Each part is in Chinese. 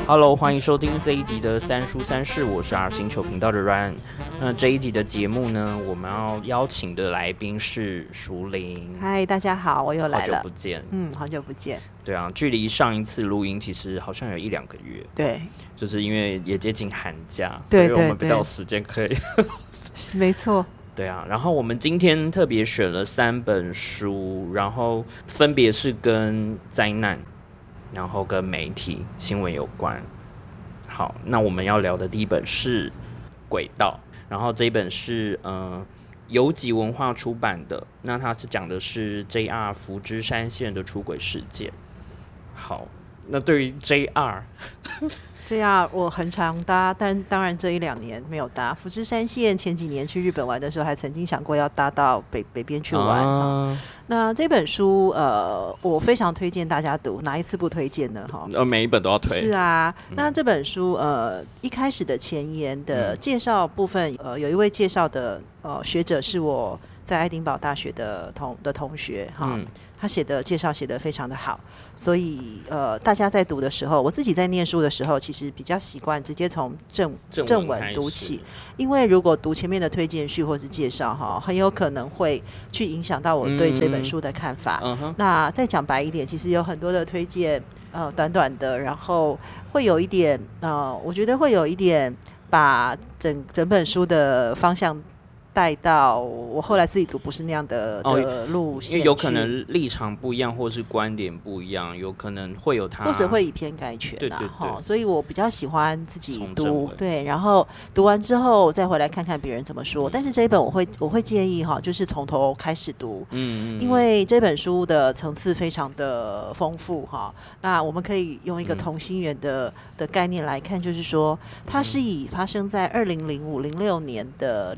Hello， 欢迎收听这一集的三书三世，我是 R 星球频道的 Ryan。那这一集的节目呢，我们要邀请的来宾是淑玲。 嗨，大家好，我又来了。 好久不见。 好久不见。 对啊，距离上一次录音其实好像有1-2个月。 对， 就是因为也接近寒假， 对， 所以我们比较有时间可以。 没错。 对啊，然后我们今天特别选了3本书，然后分别是跟灾难，然后跟媒体新闻有关。好，那我们要聊的第一本是《轨道》，然后这一本是游击文化出版的，那它是讲的是 JR 福知山线的出轨事件。好，那对于 JR 我很常搭，但当然这1-2年没有搭福知山线。前几年去日本玩的时候，还曾经想过要搭到北边去玩。那这本书我非常推荐大家读，哪一次不推荐呢？ 每一本都要推。 是啊，那这本书一开始的前言的介绍部分，有一位介绍的学者是我在爱丁堡大学的同学哈。他介绍写得非常的好，所以大家在读的时候，我自己在念书的时候，其实比较习惯直接从正文读起，因为如果读前面的推荐序或是介绍很有可能会去影响到我对这本书的看法。那再讲白一点，其实有很多的推荐短短的，然后会有一点我觉得会有一点把整本书的方向带到我后来自己读不是那样的路线， 因为有可能立场不一样，或是观点不一样，有可能会有他， 或者会以偏概全对， 所以我比较喜欢自己读，对，然后读完之后再回来看看别人怎么说。但是这一本我会建议就是从头开始读，因为这本书的层次非常的丰富那我们可以用一个同心圆的概念来看，就是说它是以发生在2005-06年的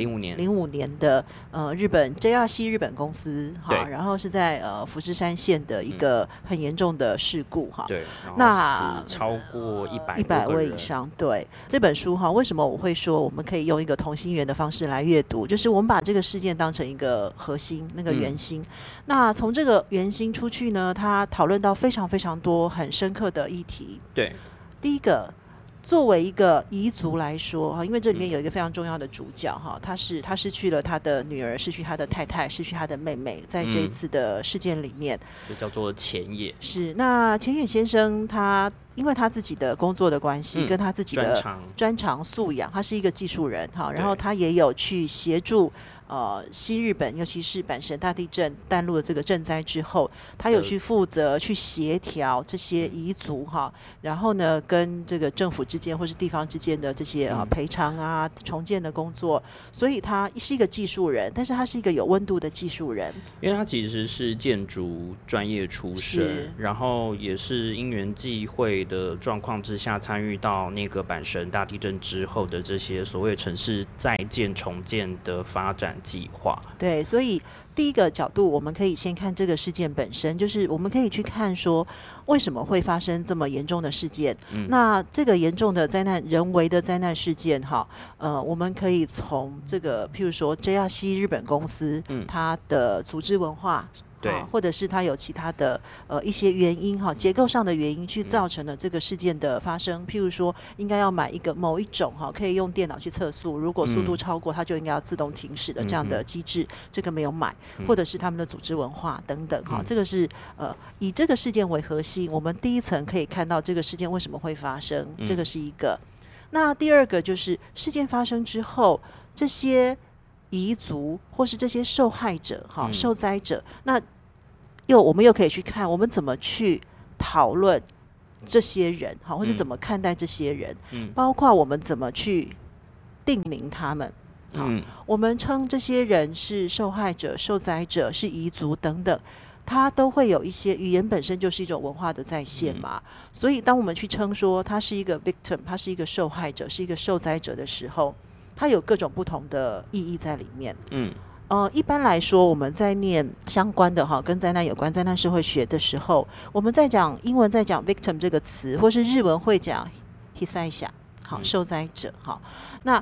05年的日本 JR 西日本公司然后是在福知山县的一个很严重的事故对，那超过100 位以上。对，这本书为什么我会说我们可以用一个同心圆的方式来阅读，就是我们把这个事件当成一个核心，那个圆心。那从这个圆心出去呢，它讨论到非常非常多很深刻的议题。 对， 第一个，作为一个彝族来说因为这里面有一个非常重要的主角他失去了他的女儿，失去他的太太，失去他的妹妹，在这一次的事件里面， 就叫做前野。 是，那前野先生他因为他自己的工作的关系，跟他自己的专长素养，他是一个技术人然后他也有去协助西日本，尤其是阪神大地震淡路的这个震灾之后，他有去负责去协调这些彝族然后呢跟这个政府之间或是地方之间的这些赔偿重建的工作。所以他是一个技术人，但是他是一个有温度的技术人， 因为他其实是建筑专业出身，然后也是因缘际会的状况之下参与到那个阪神大地震之后的这些所谓城市再建重建的发展计划。 对，所以第一个角度我们可以先看这个事件本身，就是我们可以去看说为什么会发生这么严重的事件。那这个严重的灾难，人为的灾难事件我们可以从这个譬如说 JR 西日本公司它的组织文化，对，或者是它有其他的一些原因结构上的原因去造成了这个事件的发生。譬如说应该要买某一种可以用电脑去测速，如果速度超过它就应该要自动停驶的这样的机制，这个没有买，或者是他们的组织文化等等这个是以这个事件为核心，我们第一层可以看到这个事件为什么会发生，这个是一个。那第二个就是事件发生之后，这些彝族或是这些受害者受灾者，那我们又可以去看我们怎么去讨论这些人或者怎么看待这些人，包括我们怎么去定名他们我们称这些人是受害者、受灾者、是彝族等等，它都会有一些语言本身就是一种文化的再现嘛。所以当我们去称说他是一个 victim， 他是一个受害者，是一个受灾者的时候，它有各种不同的意义在里面。一般来说我们在念相关的跟灾难有关灾难社会学的时候，我们在讲英文在讲 victim 这个词，或是日文会讲被災者受灾者那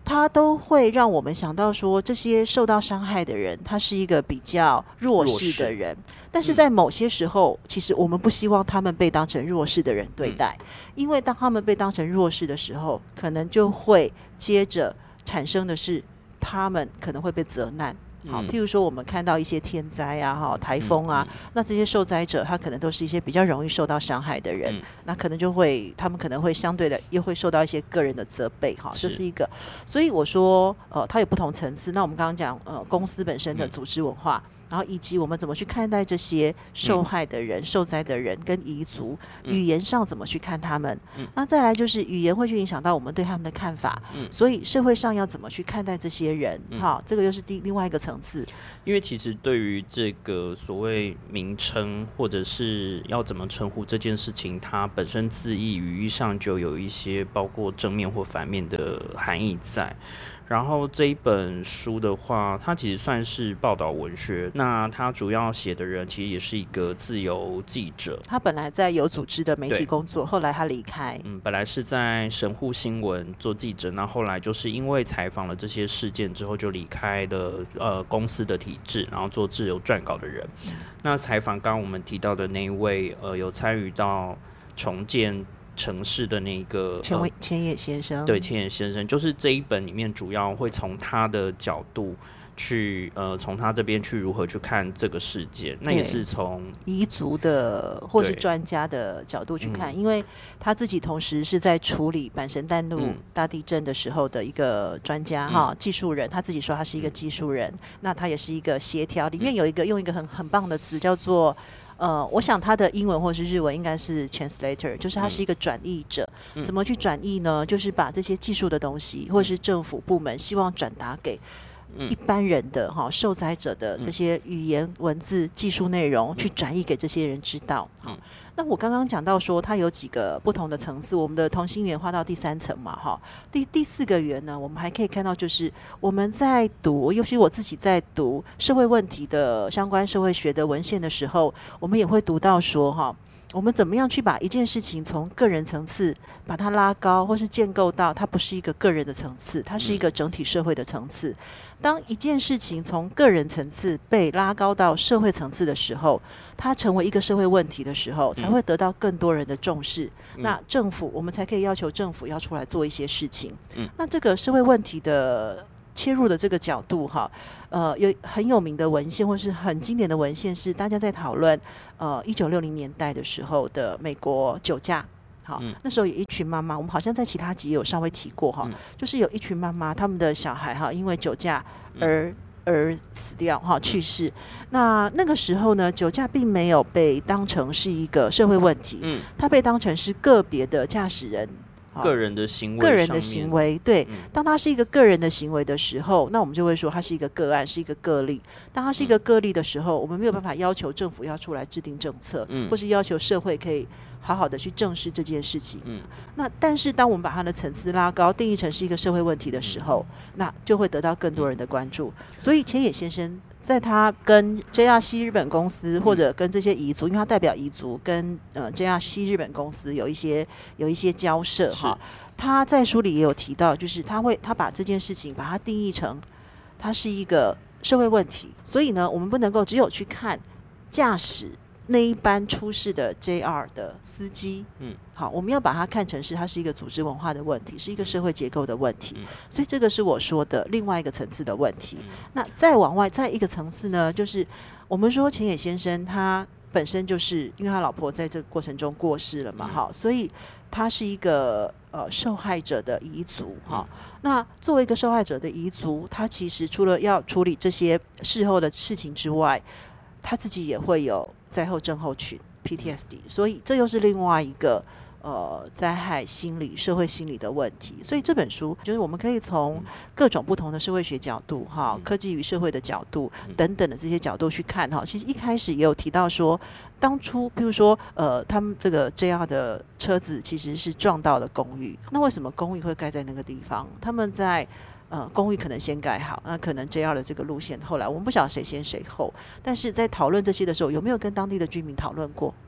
它都会让我们想到说，这些受到伤害的人，他是一个比较弱势的人，但是在某些时候，其实我们不希望他们被当成弱势的人对待，因为当他们被当成弱势的时候，可能就会接着产生的是，他们可能会被责难。好，譬如说我们看到一些天灾啊、台风啊，那这些受灾者他可能都是一些比较容易受到伤害的人，那可能他们可能会相对的又会受到一些个人的责备，哈，这是一个。所以我说，它有不同层次。那我们刚刚讲，公司本身的组织文化。然后以及我们怎么去看待这些受害的人、受灾的人跟彝族，语言上怎么去看他们，那再来就是语言会去影响到我们对他们的看法，所以社会上要怎么去看待这些人，好，这个又是另外一个层次。 因为其实对于这个所谓名称或者是要怎么称呼这件事情，它本身字义语义上就有一些包括正面或反面的含义在。然后这一本书的话，它其实算是报道文学。那它主要写的人其实也是一个自由记者， 他本来在有组织的媒体工作，后来他离开。 本来是在神户新闻做记者，那后来就是因为采访了这些事件之后，就离开了公司的体制，然后做自由撰稿的人。那采访刚刚我们提到的那一位有参与到重建城市的那个千野先生， 对，千野先生就是这一本里面主要会从他的角度去从他这边去如何去看这个事件，那也是从彝族的或是专家的角度去看，因为他自己同时是在处理阪神淡路大地震的时候的一个专家技术人，他自己说他是一个技术人，那他也是一个协调，里面有一个用一个很棒的词叫做我想他的英文或是日文应该是 translator， 就是他是一个转译者。怎么去转译呢？就是把这些技术的东西，或是政府部门希望转达给一般人的受灾者的这些语言、文字、技术内容，去转译给这些人知道。那我刚刚讲到说，它有几个不同的层次，我们的同心圆画到第3层嘛，第4个圆呢，我们还可以看到，就是我们在读，尤其我自己在读社会问题的相关社会学的文献的时候，我们也会读到说，我们怎么样去把一件事情从个人层次把它拉高，或是建构到它不是一个个人的层次，它是一个整体社会的层次。当一件事情从个人层次被拉高到社会层次的时候，它成为一个社会问题的时候，才会得到更多人的重视。那政府，我们才可以要求政府要出来做一些事情。那这个社会问题的切入的这个角度有很有名的文献或是很经典的文献是大家在讨论1960年代的时候的美国酒驾。那时候有一群妈妈，我们好像在其他集也有稍微提过就是有一群妈妈，他们的小孩因为酒驾而死掉去世。那个时候呢，酒驾并没有被当成是一个社会问题，它被当成是个别的驾驶人个人的行为， 对，当它是一个个人的行为的时候，那我们就会说它是一个个案，是一个个例。当它是一个个例的时候，我们没有办法要求政府要出来制定政策，或是要求社会可以好好的去正视这件事情。那但是当我们把它的层次拉高，定义成是一个社会问题的时候，那就会得到更多人的关注。所以千野先生在他跟 JR 西日本公司或者跟这些彝族，因为他代表彝族跟JR 西日本公司有一些交涉他在书里也有提到，就是他把这件事情把它定义成它是一个社会问题，所以呢，我们不能够只有去看驾驶那一班出事的 JR 的司机，好，我们要把它看成是它是一个组织文化的问题，是一个社会结构的问题，所以这个是我说的另外一个层次的问题。那再往外再一个层次呢，就是我们说前野先生他本身就是因为他老婆在这个过程中过世了嘛，所以他是一个受害者的彝族那作为一个受害者的彝族，他其实除了要处理这些事后的事情之外，他自己也会有灾后症候群 PTSD， 所以这又是另外一个灾害心理、社会心理的问题。所以这本书就是我们可以从各种不同的社会学角度科技与社会的角度等等的这些角度去看其实一开始也有提到说，当初比如说他们这个 JR 的车子其实是撞到了公寓，那为什么公寓会盖在那个地方？他们在公寓可能先盖好，那可能 JR 的这个路线后来我们不晓得谁先谁后，但是在讨论这些的时候，有没有跟当地的居民讨论过？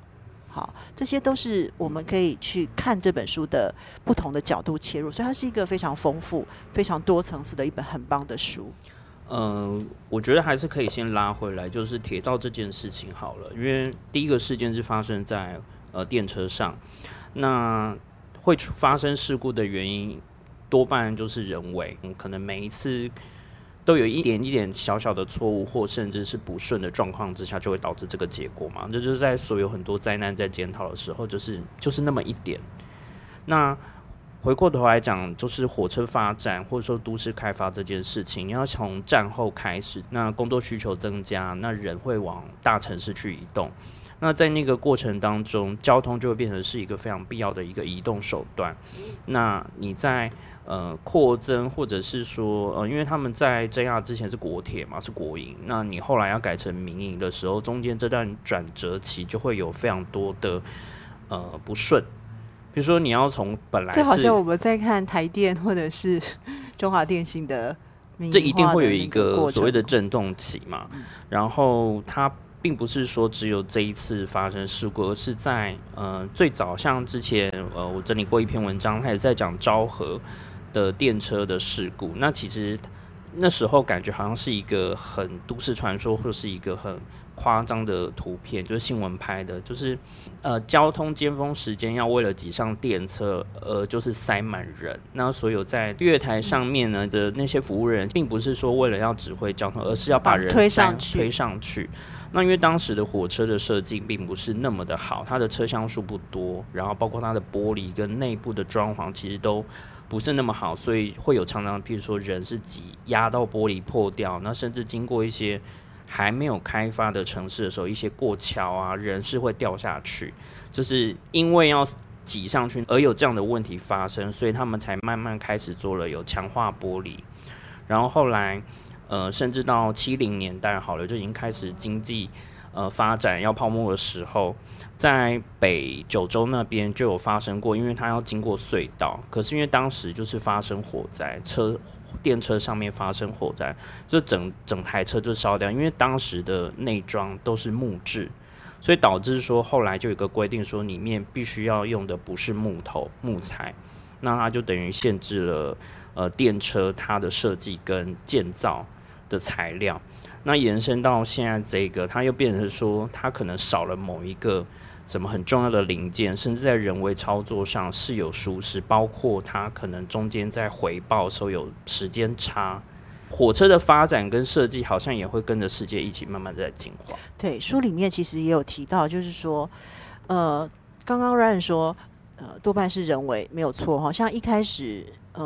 好，这些都是我们可以去看这本书的不同的角度切入，所以它是一个非常丰富、非常多层次的一本很棒的书。 我觉得还是可以先拉回来，就是铁道这件事情好了，因为第一个事件是发生在电车上，那会发生事故的原因多半就是人为，可能每一次都有一点一点小小的错误，或甚至是不顺的状况之下，就会导致这个结果嘛。这就是在所有很多灾难在检讨的时候，就是那么一点。那回过头来讲，就是火车发展或者说都市开发这件事情，你要从战后开始，那工作需求增加，那人会往大城市去移动。那在那个过程当中，交通就会变成是一个非常必要的一个移动手段。那你在扩增，或者是说因为他们在 JR 之前是国铁嘛，是国营，那你后来要改成民营的时候，中间这段转折期就会有非常多的不顺。比如说你要从本来是， 就好像我们在看台电或者是中华电信的民营化的那个过程， 这一定会有一个所谓的震动期嘛。然后它并不是说只有这一次发生事故，而是在最早像之前我整理过一篇文章，它也在讲昭和的电车的事故。那其实那时候感觉好像是一个很都市传说，或是一个很夸张的图片，就是新闻拍的，就是交通尖峰时间要为了挤上电车，就是塞满人。那所有在月台上面呢的那些服务人，并不是说为了要指挥交通，而是要把人推上去。那因为当时的火车的设计并不是那么的好，它的车厢数不多，然后包括它的玻璃跟内部的装潢其实都不是那么好，所以会有常常譬如说人是挤压到玻璃破掉，那甚至经过一些还没有开发的城市的时候，一些过桥啊，人是会掉下去，就是因为要挤上去而有这样的问题发生，所以他们才慢慢开始做了有强化玻璃。然后后来甚至到70年代好了，就已经开始经济发展要泡沫的时候，在北九州那边就有发生过，因为它要经过隧道，可是因为当时就是发生火灾，电车上面发生火灾，就整台车就烧掉，因为当时的内装都是木质，所以导致说后来就有一个规定说里面必须要用的不是木材，那它就等于限制了电车它的设计跟建造的材料。那延伸到现在这个，它又变成说它可能少了某一个什么很重要的零件，甚至在人为操作上是有疏失，包括它可能中间在回报的时候有时间差。火车的发展跟设计好像也会跟着世界一起慢慢在进化。 对，书里面其实也有提到，就是说刚刚 Ryan 说多半是人为，没有错哈。像一开始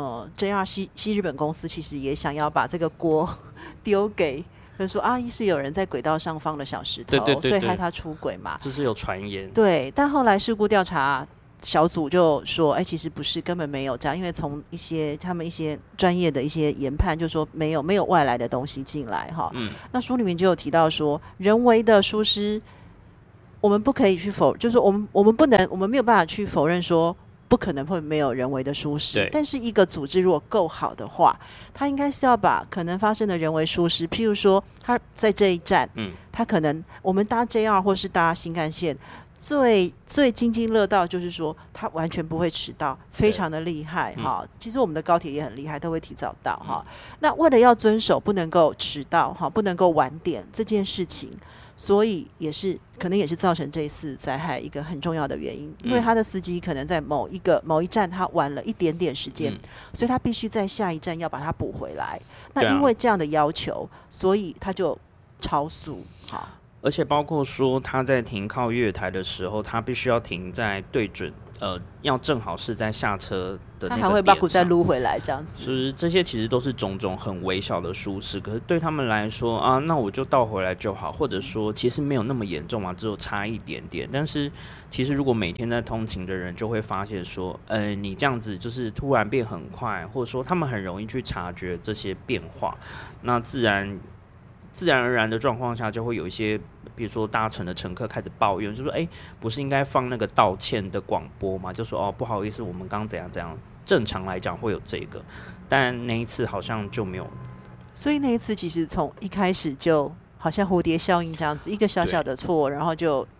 JR 西日本公司其实也想要把这个锅丢给，就是说是有人在轨道上放了小石头， 对， 所以害他出轨嘛， 就是有传言。 对，但后来事故调查小组就说，其实不是，根本没有这样，因为从他们一些专业的一些研判，就说没有外来的东西进来哈。那书里面就有提到说，人为的疏失，我们不可以去就是说我们没有办法去否认说不可能会没有人为的疏失，但是一个组织如果够好的话，它应该是要把可能发生的人为疏失，譬如说它在这一站，它可能我们搭 JR 或是搭新干线，最津津乐道就是说它完全不会迟到，非常的厉害哈。其实我们的高铁也很厉害，都会提早到哈。那为了要遵守不能够迟到哈，不能够晚点这件事情，所以可能也是造成这一次灾害一个很重要的原因，因为他的司机可能在某一站他晚了一点点时间，所以他必须在下一站要把它补回来。那因为这样的要求，所以他就超速。好， 而且包括说他在停靠月台的时候，他必须要停在对准要正好是在下车的那个点上， 他还会把骨再撸回来这样子。 就是这些其实都是种种很微小的疏失，可是对他们来说那我就倒回来就好，或者说其实没有那么严重嘛，只有差一点点。但是其实如果每天在通勤的人就会发现说，你这样子就是突然变很快，或者说他们很容易去察觉这些变化，那自然而然的状况下，就会有一些，比如说搭乘的乘客开始抱怨，就说：“不是应该放那个道歉的广播吗？就说不好意思，我们刚怎样怎样。”正常来讲会有这个，但那一次好像就没有。 所以那一次其实从一开始就好像蝴蝶效应这样子，一个小小的错，然后就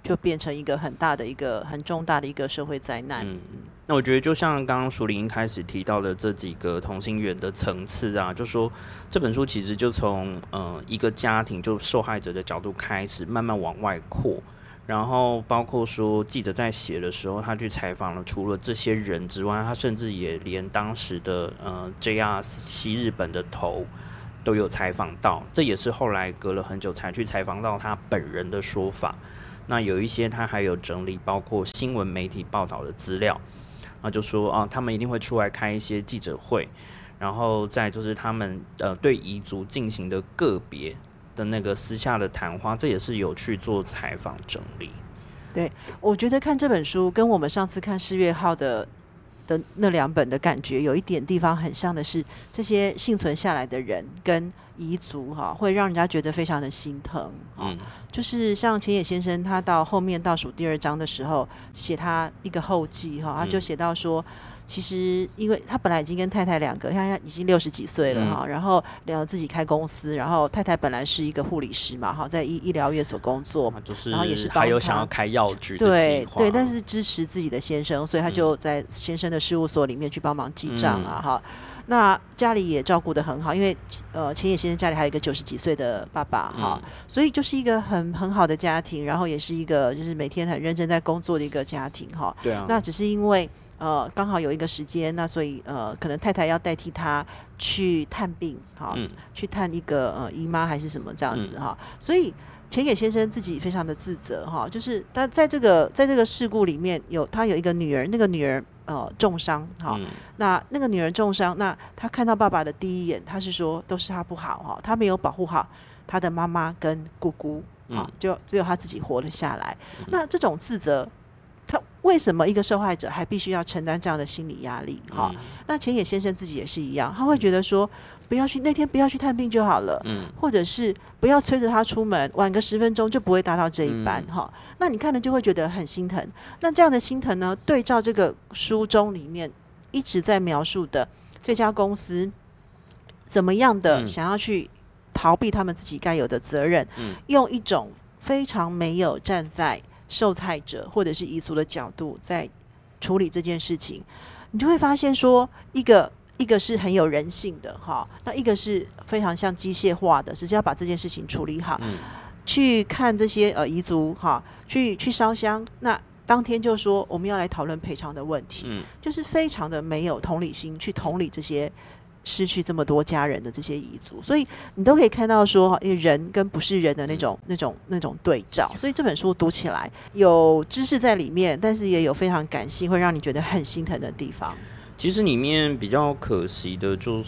就变成一个很大的一个很重大的一个社会灾难。 那我觉得就像刚刚淑玲一开始提到的这几个同心圆的层次啊，就说这本书其实就从一个家庭就受害者的角度开始慢慢往外扩，然后包括说记者在写的时候，他去采访了除了这些人之外，他甚至也连当时的JR 西日本的头都有采访到，这也是后来隔了很久才去采访到他本人的说法。那有一些他还有整理包括新闻媒体报道的资料，就说他们一定会出来开一些记者会，然后再就是他们对彝族进行的个别的那个私下的谈话，这也是有去做采访整理。 对，我觉得看这本书跟我们上次看4月号的那2本的感觉有一点地方很像的是，这些幸存下来的人跟彝族会让人家觉得非常的心疼。就是像前野先生他到后面倒数第2章的时候写他一个后记，他就写到说其实因为他本来已经跟太太2个，他已经60几岁了，然后自己开公司，然后太太本来是一个护理师嘛，在医疗院所工作，然后也是还有想要开药局的计划， 对，但是支持自己的先生，所以他就在先生的事务所里面去帮忙记账啊，那家里也照顾得很好，因为前野先生家里还有一个90几岁的爸爸，所以就是一个很好的家庭，然后也是一个就是每天很认真在工作的一个家庭， 对啊， 那只是因为刚好有一个时间，那所以可能太太要代替他去探病，去探一个姨妈还是什么这样子，所以前野先生自己非常的自责，就是他在这个事故里面他有一个女儿，那个女儿重伤，那个女儿重伤，那他看到爸爸的第一眼，他是说都是他不好，他没有保护好他的妈妈跟姑姑，就只有他自己活了下来。那这种自责，他为什么一个受害者还必须要承担这样的心理压力？那前野先生自己也是一样，他会觉得说那天不要去探病就好了，或者是不要催着他出门，晚个10分钟就不会搭到这一班，那你看了就会觉得很心疼。那这样的心疼呢，对照这个书中里面一直在描述的这家公司怎么样的想要去逃避他们自己该有的责任，用一种非常没有站在受害者或者是彝族的角度在处理这件事情，你就会发现说一个是很有人性的，那一个是非常像机械化的，只是要把这件事情处理好。去看这些彝族去烧香，那当天就说我们要来讨论赔偿的问题，就是非常的没有同理心去同理这些失去这么多家人的这些彝族，所以你都可以看到说人跟不是人的那种对照。所以这本书读起来有知识在里面，但是也有非常感性，会让你觉得很心疼的地方。 其实里面比较可惜的就是，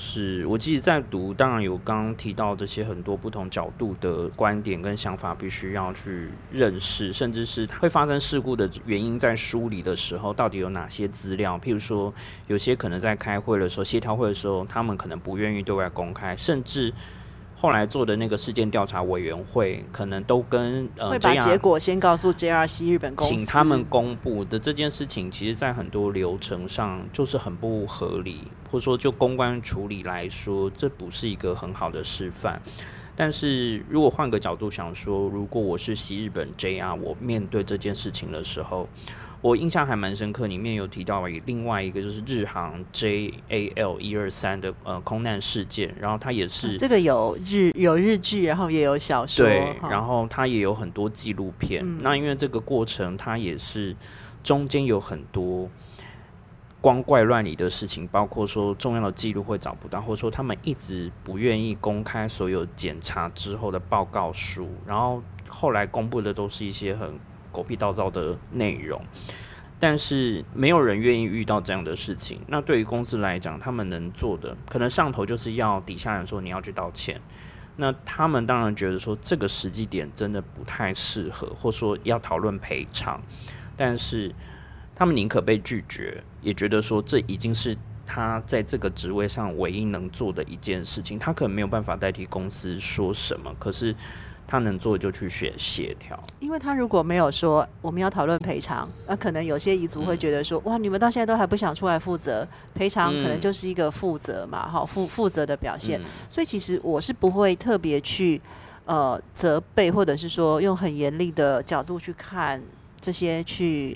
我其实在读，当然有刚刚提到这些很多不同角度的观点跟想法，必须要去认识，甚至是会发生事故的原因，在梳理的时候到底有哪些资料？譬如说，有些可能在开会的时候、协调会的时候，他们可能不愿意对外公开，甚至后来做的那个事件调查委员会，可能都跟会把结果先告诉 JR 西日本公司， 请他们公布的这件事情，其实在很多流程上就是很不合理，或者说就公关处理来说，这不是一个很好的示范。但是如果换个角度想说，如果我是西日本 JR， 我面对这件事情的时候，我印象还蛮深刻，里面有提到另外一个就是日航 JAL123 的空难事件，然后它也是这个有日剧，然后也有小说， 对，然后它也有很多纪录片。那因为这个过程，它也是中间有很多光怪乱离的事情，包括说重要的记录会找不到，或者说他们一直不愿意公开所有检查之后的报告书，然后后来公布的都是一些很狗屁倒灶的内容，但是没有人愿意遇到这样的事情。那对于公司来讲，他们能做的可能上头就是要底下人说你要去道歉，那他们当然觉得说这个时机点真的不太适合，或说要讨论赔偿，但是他们宁可被拒绝，也觉得说这已经是他在这个职位上唯一能做的一件事情，他可能没有办法代替公司说什么，可是他能做的就去协调。 因为他如果没有说我们要讨论赔偿，那可能有些彝族会觉得说，哇，你们到现在都还不想出来负责，赔偿可能就是一个负责嘛，负责的表现。所以其实我是不会特别去责备，或者是说用很严厉的角度去看这些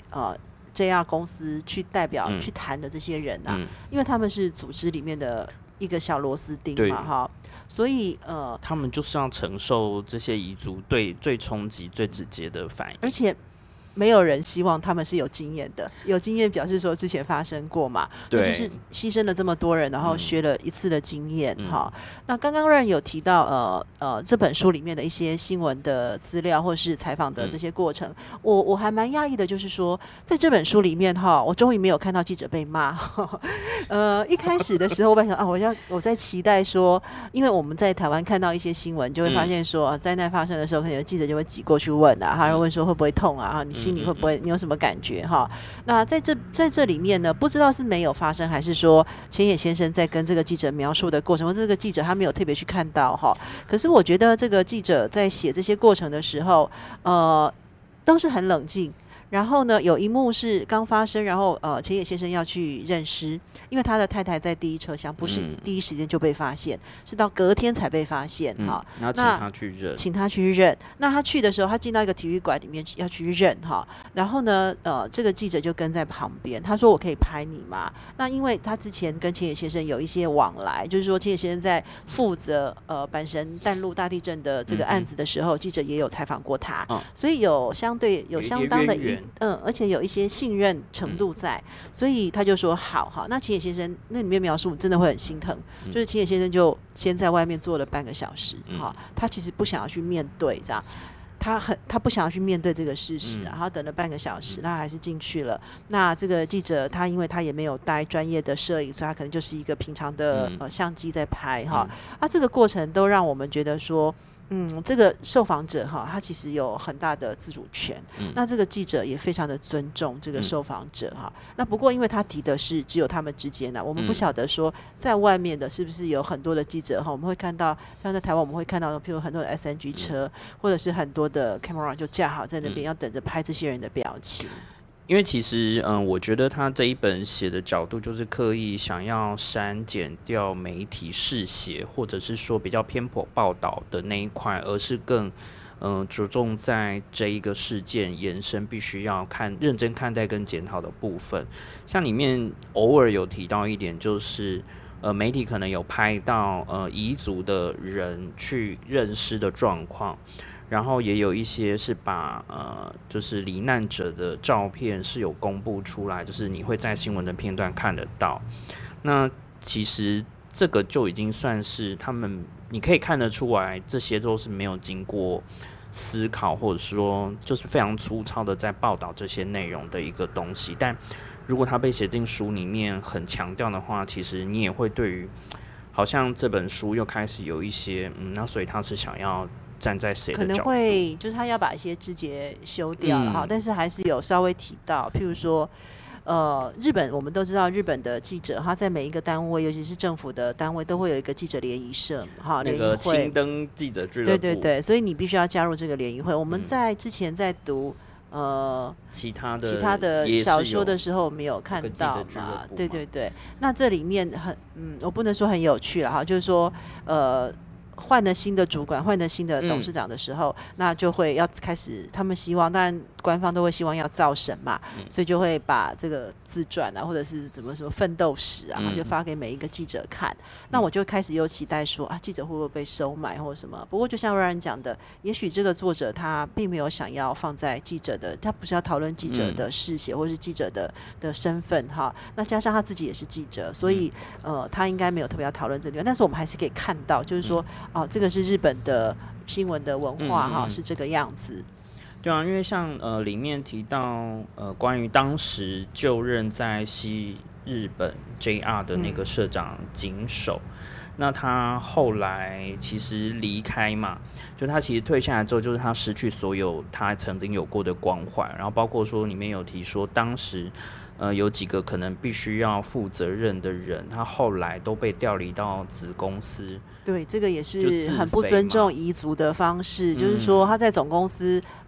JR 公司去代表去谈的这些人啊，因为他们是组织里面的一个小螺丝钉嘛，哈，所以他们就是要承受这些彝族对最冲击、最直接的反应， 而且没有人希望他们是有经验的，有经验表示说之前发生过嘛，那就是牺牲了这么多人，然后学了一次的经验哈。那刚刚Ryan有提到这本书里面的一些新闻的资料或是采访的这些过程，我还蛮讶异的，就是说在这本书里面哈，我终于没有看到记者被骂。一开始的时候我本来想我在期待说，因为我们在台湾看到一些新闻，就会发现说灾难发生的时候，可能有记者就会挤过去问啊，他会问说会不会痛啊，你心里会不会你有什么感觉哈？那在这里面呢，不知道是没有发生，还是说千野先生在跟这个记者描述的过程，或者这个记者他没有特别去看到哈。可是我觉得这个记者在写这些过程的时候，都是很冷静。然后呢，有一幕是刚发生，然后千野先生要去认尸，因为他的太太在第一车厢，不是第一时间就被发现，是到隔天才被发现哈。 那请他去认， 那他去的时候，他进到一个体育馆里面要去认哈。然后呢，这个记者就跟在旁边，他说：“我可以拍你吗？”那因为他之前跟千野先生有一些往来，就是说千野先生在负责阪神淡路大地震的这个案子的时候，记者也有采访过他，所以有相当的而且有一些信任程度在，所以他就说好。那千野先生那里面描述真的会很心疼，就是千野先生就先在外面坐了半个小时，他其实不想要去面对这样。他不想要去面对这个事实，然后等了半个小时，他还是进去了。那这个记者他因为他也没有带专业的摄影，所以他可能就是一个平常的相机在拍哈。这个过程都让我们觉得说，这个受访者哈，他其实有很大的自主权。那这个记者也非常的尊重这个受访者哈。那不过因为他提的是只有他们之间的，我们不晓得说在外面的是不是有很多的记者哈。我们会看到像在台湾我们会看到，譬如很多的 SNG 车，或者是很多的 camera 就架好在那边，要等着拍这些人的表情。 因为其实，我觉得他这一本写的角度就是刻意想要删减掉媒体嗜血，或者是说比较偏颇报道的那一块，而是更着重在这一个事件延伸必须要认真看待跟检讨的部分。像里面偶尔有提到一点，就是媒体可能有拍到彝族的人去认尸的状况。然后也有一些是把就是罹难者的照片是有公布出来，就是你会在新闻的片段看得到。那其实这个就已经算是他们，你可以看得出来，这些都是没有经过思考，或者说就是非常粗糙的在报道这些内容的一个东西。但如果它被写进书里面很强调的话，其实你也会对于好像这本书又开始有一些那所以他是想要站在谁的角度，可能会就是他要把一些枝节修掉了但是还是有稍微提到，譬如说日本我们都知道，日本的记者他在每一个单位，尤其是政府的单位，都会有一个记者联谊社那个青灯记者俱乐部， 对，所以你必须要加入这个联谊会。我们在之前在读其他的小说的时候，我们有看到嘛，对，那这里面我不能说很有趣了哈，就是说换了新的主管，换了新的董事长的时候，那就会要开始，他们希望，当然官方都会希望要造神嘛，所以就会把这个自传啊，或者是什么奋斗史啊，就发给每一个记者看。那我就开始有期待说记者会不会被收买或什么？不过就像Ryan讲的，也许这个作者他并没有想要放在记者的，他不是要讨论记者的嗜血或是记者的身份哈。那加上他自己也是记者，所以他应该没有特别要讨论这个地方。但是我们还是可以看到，就是说这个是日本的新闻的文化是这个样子。 对啊，因为像里面提到关于当时就任在西日本 JR 的那个社长井守，那他后来其实离开嘛，就他其实退下来之后，就是他失去所有他曾经有过的光环，然后包括说里面有提说当时有几个可能必须要负责任的人，他后来都被调离到子公司。 对，这个也是很不尊重彝族的方式，就是说他在总公司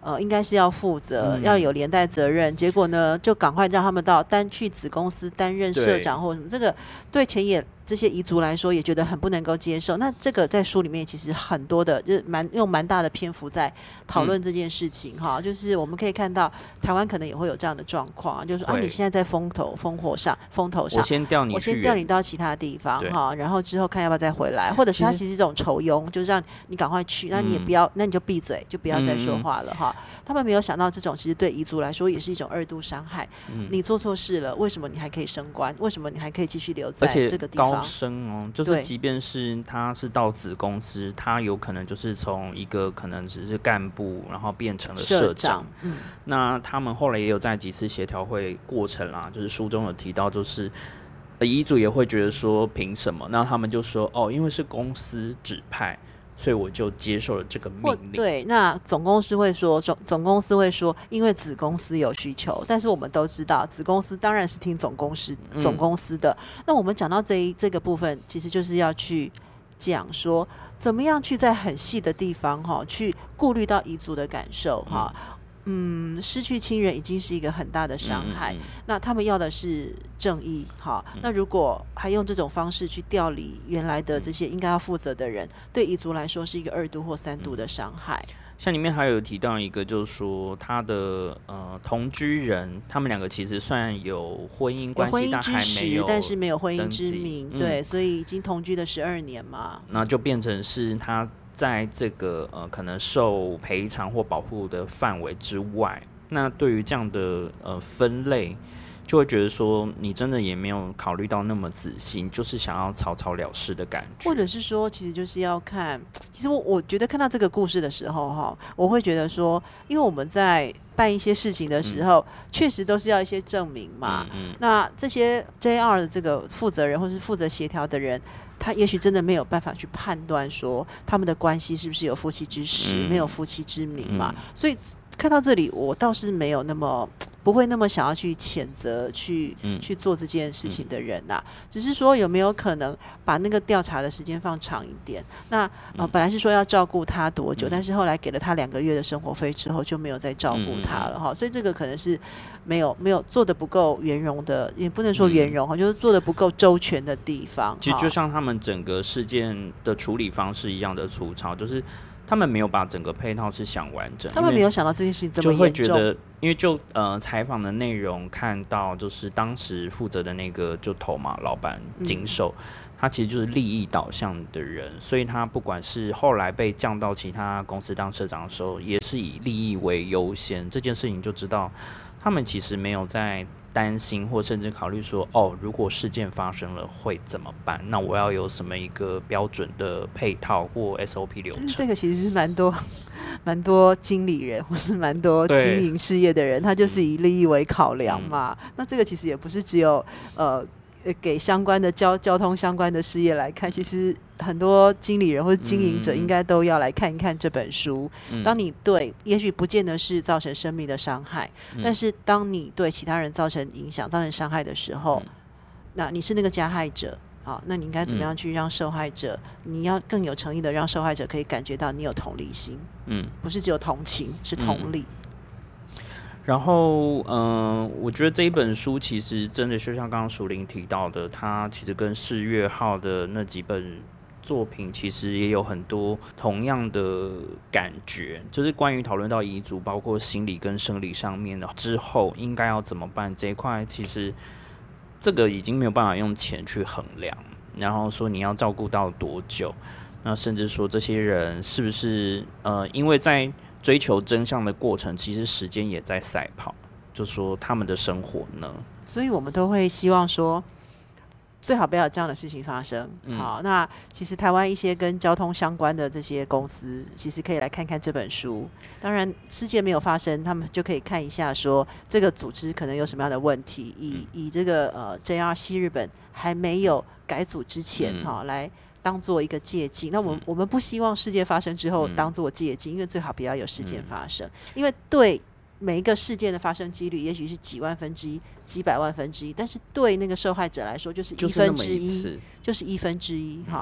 应该是要负责，要有连带责任，结果呢就赶快让他们到去子公司担任社长或什么，这个对前野这些彝族来说也觉得很不能够接受。那这个在书里面其实很多的，就是用蛮大的篇幅在讨论这件事情哈。就是我们可以看到台湾可能也会有这样的状况，就是说你现在在风头上，我先调你到其他地方哈，然后之后看要不要再回来，或者是他其实这种酬庸，就是让你赶快去，那你也不要，那你就闭嘴，就不要再说话了哈。他们没有想到这种其实对彝族来说也是一种2度伤害。你做错事了，为什么你还可以升官？为什么你还可以继续留在这个地方？ 而且高升哦，就是即便是他是到子公司，他有可能就是从一个可能只是干部，然后变成了社长。那他们后来也有在几次协调会过程啦，就是书中有提到，就是彝族也会觉得说凭什么？那他们就说因为是公司指派。所以我就接受了这个命令。 对，那总公司会说，因为子公司有需求，但是我们都知道，子公司当然是听总公司的。那我们讲到这个部分，其实就是要去讲说，怎么样去在很细的地方去顾虑到彝族的感受哈。失去亲人已经是一个很大的伤害，那他们要的是正义哈。那如果还用这种方式去调离原来的这些应该要负责的人，对彝族来说是一个2度或3度的伤害。 像里面还有提到一个，就是说他的同居人，他们两个其实虽然有婚姻关系，但还没有， 但是没有婚姻之名，对，所以已经同居了12年嘛， 那就变成是他在这个可能受赔偿或保护的范围之外。那对于这样的分类，就会觉得说你真的也没有考虑到那么仔细，就是想要草草了事的感觉， 或者是说其实就是要看，其实我觉得看到这个故事的时候我会觉得说，因为我们在办一些事情的时候确实都是要一些证明嘛，那这些 JR 的这个负责人或是负责协调的人，他也许真的没有办法去判断说他们的关系是不是有夫妻之实，没有夫妻之名嘛，所以看到这里我倒是没有不会那么想要去谴责去做这件事情的人只是说有没有可能把那个调查的时间放长一点。那本来是说要照顾他多久，但是后来给了他2个月的生活费之后就没有再照顾他了所以这个可能是没有做得不够圆融的，也不能说圆融就是做得不够周全的地方。 其实就像他们整个事件的处理方式一样的粗糙，就是他们没有把整个配套是想完整， 他们没有想到这件事情这么严重， 就会觉得，因为就采访的内容看到，就是当时负责的那个就头嘛老板景寿，他其实就是利益导向的人，所以他不管是后来被降到其他公司当社长的时候，也是以利益为优先。这件事情就知道，他们其实没有在担心或甚至考虑说如果事件发生了会怎么办，那我要有什么一个标准的配套或 SOP 流程。 这个其实是蛮多经理人或是蛮多经营事业的人，他就是以利益为考量嘛那这个其实也不是只有给相关的交通相关的事业来看，其实很多经理人或者经营者应该都要来看一看这本书。当你对也许不见得是造成生命的伤害但是当你对其他人造成影响造成伤害的时候那你是那个加害者那你应该怎么样去让受害者你要更有诚意的让受害者可以感觉到你有同理心不是只有同情是同理然后我觉得这一本书其实真的就像刚刚淑玲提到的，它其实跟4月号的那几本作品其实也有很多同样的感觉，就是关于讨论到彝族包括心理跟生理上面的之后应该要怎么办这一块，其实这个已经没有办法用钱去衡量，然后说你要照顾到多久，那甚至说这些人是不是因为在追求真相的过程其实时间也在赛跑，就说他们的生活呢， 所以我们都会希望说最好不要有这样的事情发生好，那其实台湾一些跟交通相关的这些公司其实可以来看看这本书，当然事件没有发生他们就可以看一下说这个组织可能有什么样的问题，以这个JR 西日本还没有改组之前来当做一个借鉴。那我们不希望事件发生之后当做借鉴因为最好不要有事件发生因为对每一个事件的发生几率也许是几万分之一几百万分之一，但是对那个受害者来说就是1分之一，就是1分之一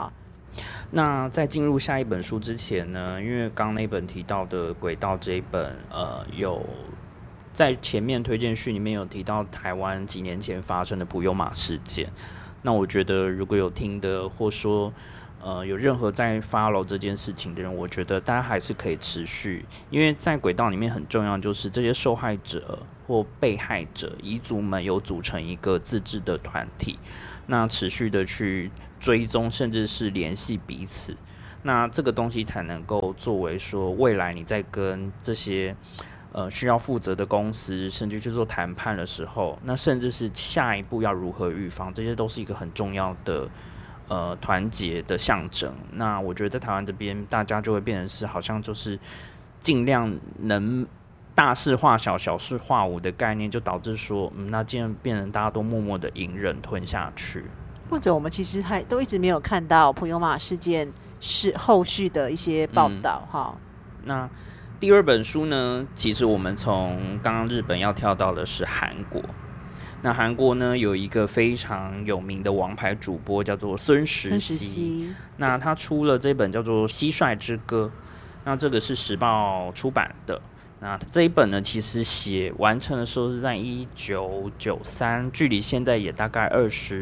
那在进入下一本书之前呢，因为刚那本提到的《轨道》这一本，有在前面推荐序里面有提到台湾几年前发生的普悠玛事件。那我觉得如果有听的，或说有任何在 follow 这件事情的人，我觉得大家还是可以持续，因为在轨道里面很重要，就是这些受害者或被害者遗族们有组成一个自治的团体，那持续的去追踪，甚至是联系彼此，那这个东西才能够作为说未来你在跟这些需要负责的公司，甚至去做谈判的时候，那甚至是下一步要如何预防，这些都是一个很重要的团结的象征。那我觉得在台湾这边，大家就会变成是好像就是尽量能大事化小，小事化无的概念，就导致说，那既然变成大家都默默的隐忍吞下去， 或者我们其实还都一直没有看到普悠玛事件是后续的一些报道哈。 那第二本书呢，其实我们从刚刚日本要跳到的是韩国。那韩国呢有一个非常有名的王牌主播叫做孙石熙，那他出了这本叫做《蟋蟀之歌》，那这个是时报出版的。那这一本呢，其实完成的时候是在1993，距离现在也大概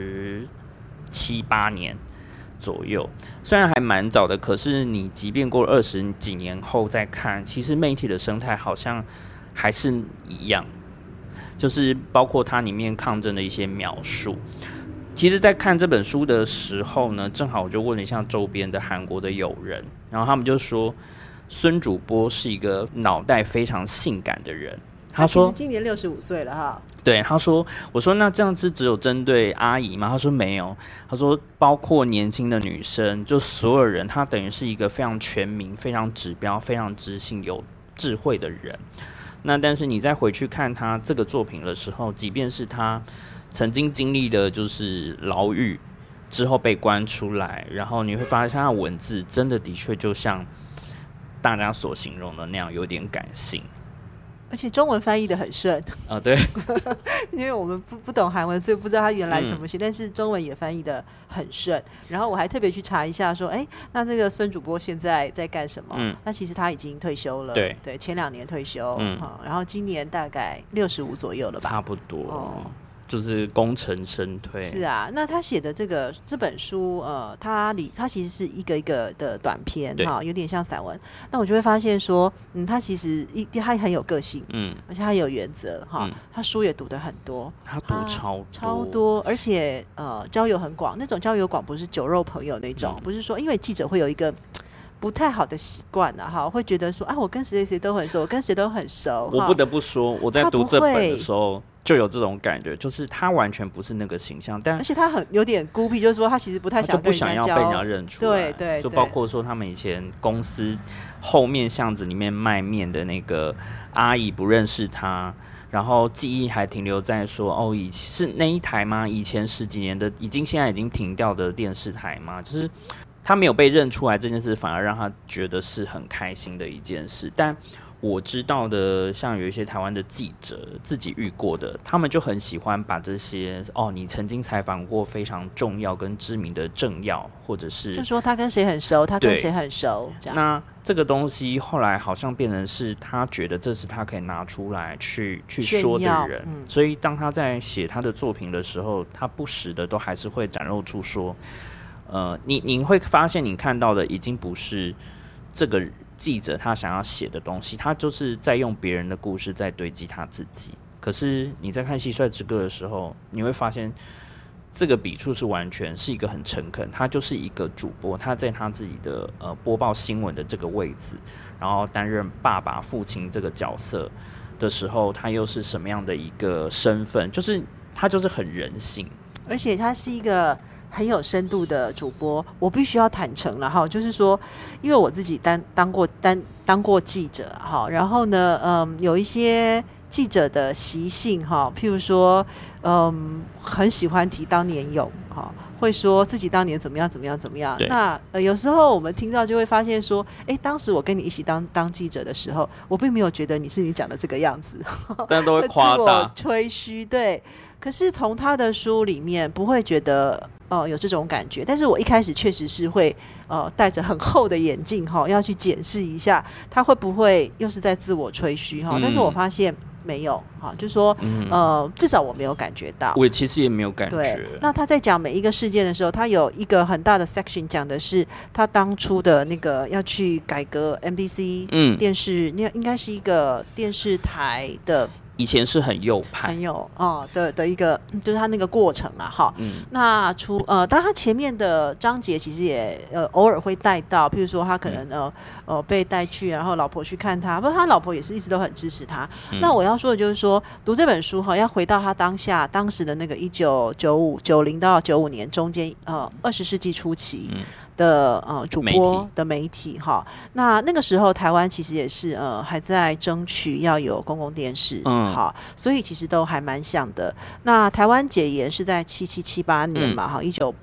27、8年左右，虽然还蛮早的，可是你即便过了20几年后再看，其实媒体的生态好像还是一样，就是包括它里面抗争的一些描述。其实在看这本书的时候呢，正好我就问了一下周边的韩国的友人，然后他们就说孙主播是一个脑袋非常性感的人。 他说今年65岁了哈。 对，他说，我说那这样子只有针对阿姨吗？他说没有，他说包括年轻的女生，就所有人，他等于是一个非常全民、非常指标、非常知性、有智慧的人。那但是你再回去看他这个作品的时候，即便是他曾经经历的就是牢狱之后被关出来，然后你会发现他的文字真的的确就像大家所形容的那样，有点感性。 而且中文翻译的很顺对， 因为我们不懂韩文，所以不知道他原来怎么写，但是中文也翻译的很顺。然后我还特别去查一下说，那这个孙主播现在在干什么？那其实他已经退休了，对，前2年退休，然后今年大概65左右了吧， 差不多。就是功成身退。 是啊，那他写的这本书，他其实是一个一个的短篇哈，有点像散文。那我就会发现说，他其实他很有个性，而且他有原则哈。他书也读得很多， 他读超多，而且交友很广。那种交友广不是酒肉朋友那种，不是说因为记者会有一个不太好的习惯哈，会觉得说我跟谁谁都很熟，我跟谁都很熟。 我不得不说，我在读这本的时候就有这种感觉，就是他完全不是那个形象，但而且他有点孤僻，就是说他其实不太想跟人家交， 就不想要被人家认出来。 对， 就包括说他们以前公司后面巷子里面卖面的那个阿姨不认识他，然后记忆还停留在说以前是那一台吗？以前10几年的现在已经停掉的电视台吗？就是他没有被认出来这件事，反而让他觉得是很开心的一件事。但我知道的，像有一些台湾的记者自己遇过的，他们就很喜欢把这些你曾经采访过非常重要跟知名的政要，或者是就说他跟谁很熟，他跟谁很熟，这样。 那这个东西后来好像变成是他觉得这是他可以拿出来去说的人，所以当他在写他的作品的时候，他不时的都还是会展露出说，你会发现你看到的已经不是这个记者他想要写的东西，他就是在用别人的故事在堆积他自己。可是你在看《蟋蟀之歌》的时候，你会发现这个笔触是完全是一个很诚恳，他就是一个主播，他在他自己的播报新闻的这个位置，然后担任爸爸、父亲这个角色的时候，他又是什么样的一个身份？就是他就是很人性， 而且他是一个很有深度的主播。我必须要坦诚了哈，就是说，因为我自己当过记者哈，然后呢，有一些记者的习性哈，譬如说，很喜欢提当年勇哈，会说自己当年怎么样怎么样怎么样。那有时候我们听到就会发现说，当时我跟你一起当记者的时候，我并没有觉得你讲的这个样子， 但都会夸大、 自我吹嘘，对。可是从他的书里面不会觉得有这种感觉，但是我一开始确实是会戴着很厚的眼镜要去检视一下他会不会又是在自我吹嘘但是我发现没有就是说至少我没有感觉到， 我其实也没有感觉。 对，那他在讲每一个事件的时候，他有一个很大的 section 讲的是他当初的那个要去改革 MBC 电视，应该是一个电视台的。 以前是很右派， 很有的一个，就是他那个过程啦，哈。那当他前面的章节其实也偶尔会带到，譬如说他可能被带去，然后老婆去看他，不过他老婆也是一直都很支持他。那我要说的就是说，读这本书要回到他当时的那个1990到95年中间，20世纪初期。的主播的媒体那个时候台湾其实也是还在争取要有公共电视所以其实都还蛮像的。那台湾解严是在7778年嘛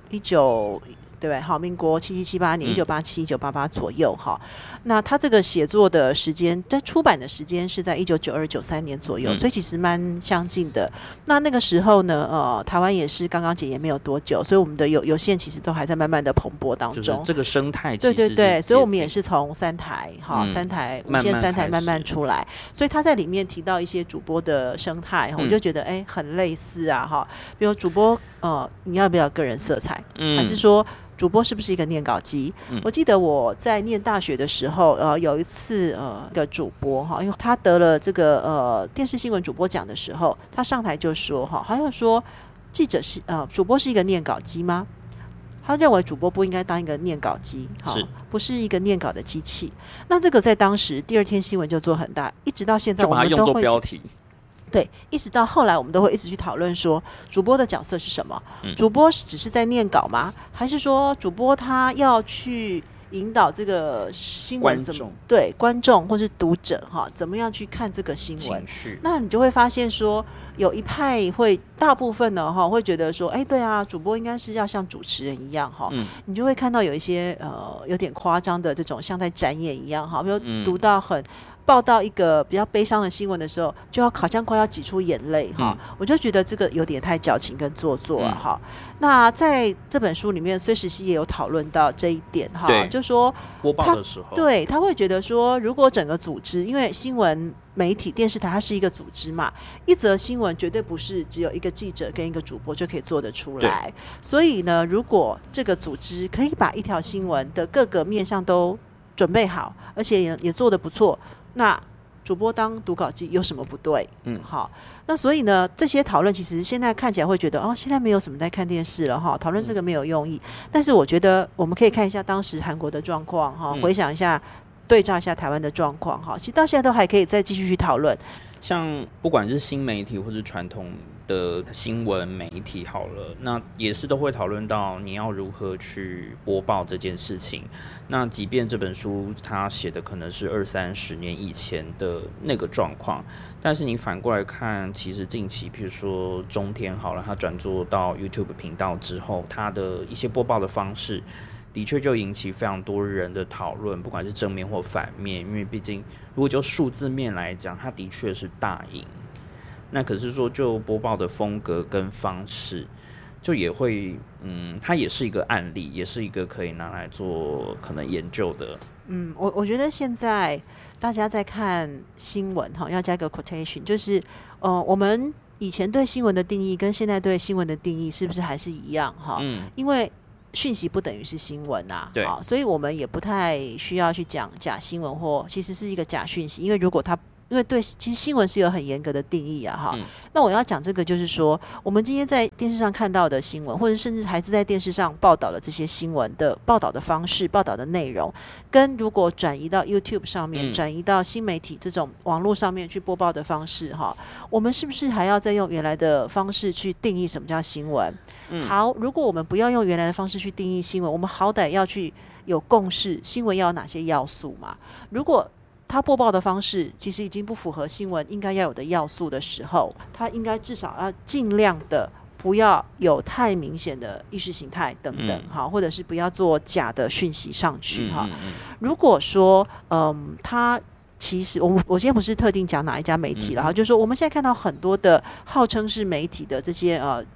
19对不对？好，民国7778年，1987、1988左右哈。那他这个写作的时间，在出版的时间是在1992、93年左右，所以其实蛮相近的。那个时候呢，台湾也是刚刚解严没有多久，所以我们的有线其实都还在慢慢的蓬勃当中。 就是这个生态， 对，所以我们也是从三台三台无线三台慢慢出来，所以他在里面提到一些主播的生态，我就觉得很类似啊哈。比如主播你要不要个人色彩，还是说？主播是不是一个念稿机？我记得我在念大学的时候，有一次一个主播因为他得了这个电视新闻主播奖的时候，他上台就说好像说记者是主播是一个念稿机吗？他认为主播不应该当一个念稿机，不是一个念稿的机器。那这个在当时第二天新闻就做很大，一直到现在我们都会就把它用作标题。 对，一直到后来我们都会一直去讨论说主播的角色是什么？主播只是在念稿吗？还是说主播他要去引导这个新闻观众或是读者怎么样去看这个新闻？那你就会发现说有一派会大部分呢会觉得说对啊，主播应该是要像主持人一样你就会看到有一些有点夸张的这种像在展演一样比如读到报道一个比较悲伤的新闻的时候，就好像快要挤出眼泪我就觉得这个有点太矫情跟做作了那在这本书里面，孙时熙也有讨论到这一点就说播报的时候， 对，他会觉得说，如果整个组织，因为新闻媒体电视台它是一个组织嘛，一则新闻绝对不是只有一个记者跟一个主播就可以做得出来，所以呢，如果这个组织可以把一条新闻的各个面向都准备好，而且也做得不错，那主播当读稿机有什么不对？好，那所以呢，这些讨论其实现在看起来会觉得现在没有什么在看电视了讨论这个没有用意。但是我觉得我们可以看一下当时韩国的状况回想一下，对照一下台湾的状况其实到现在都还可以再继续去讨论。 像不管是新媒体或是传统的新闻媒体好了，那也是都会讨论到你要如何去播报这件事情。那即便这本书它写的可能是20-30年以前的那个状况，但是你反过来看，其实近期譬如说中天好了，它转做到 YouTube 频道之后，它的一些播报的方式的确就引起非常多人的讨论，不管是正面或反面，因为毕竟如果就数字面来讲，它的确是大赢。那可是说就播报的风格跟方式，就也会它也是一个案例，也是一个可以拿来做可能研究的。 我觉得现在大家在看新闻要加一个 quotation， 就是我们以前对新闻的定义跟现在对新闻的定义是不是还是一样因为讯息不等于是新闻对所以我们也不太需要去讲假新闻或其实是一个假讯息，因为如果它因为其实新闻是有很严格的定义那我要讲这个就是说，我们今天在电视上看到的新闻，或者甚至还是在电视上报道的这些新闻的报道的方式、报道的内容，跟如果转移到 YouTube 上面、转移到新媒体这种网络上面去播报的方式我们是不是还要再用原来的方式去定义什么叫新闻？好，如果我们不要用原来的方式去定义新闻，我们好歹要去有共识，新闻要有哪些要素嘛？如果他播报的方式其实已经不符合新闻应该要有的要素的时候，他应该至少要尽量的不要有太明显的意识形态等等或者是不要做假的讯息上去如果说他其实我今天不是特定讲哪一家媒体了就是说我们现在看到很多的号称是媒体的这些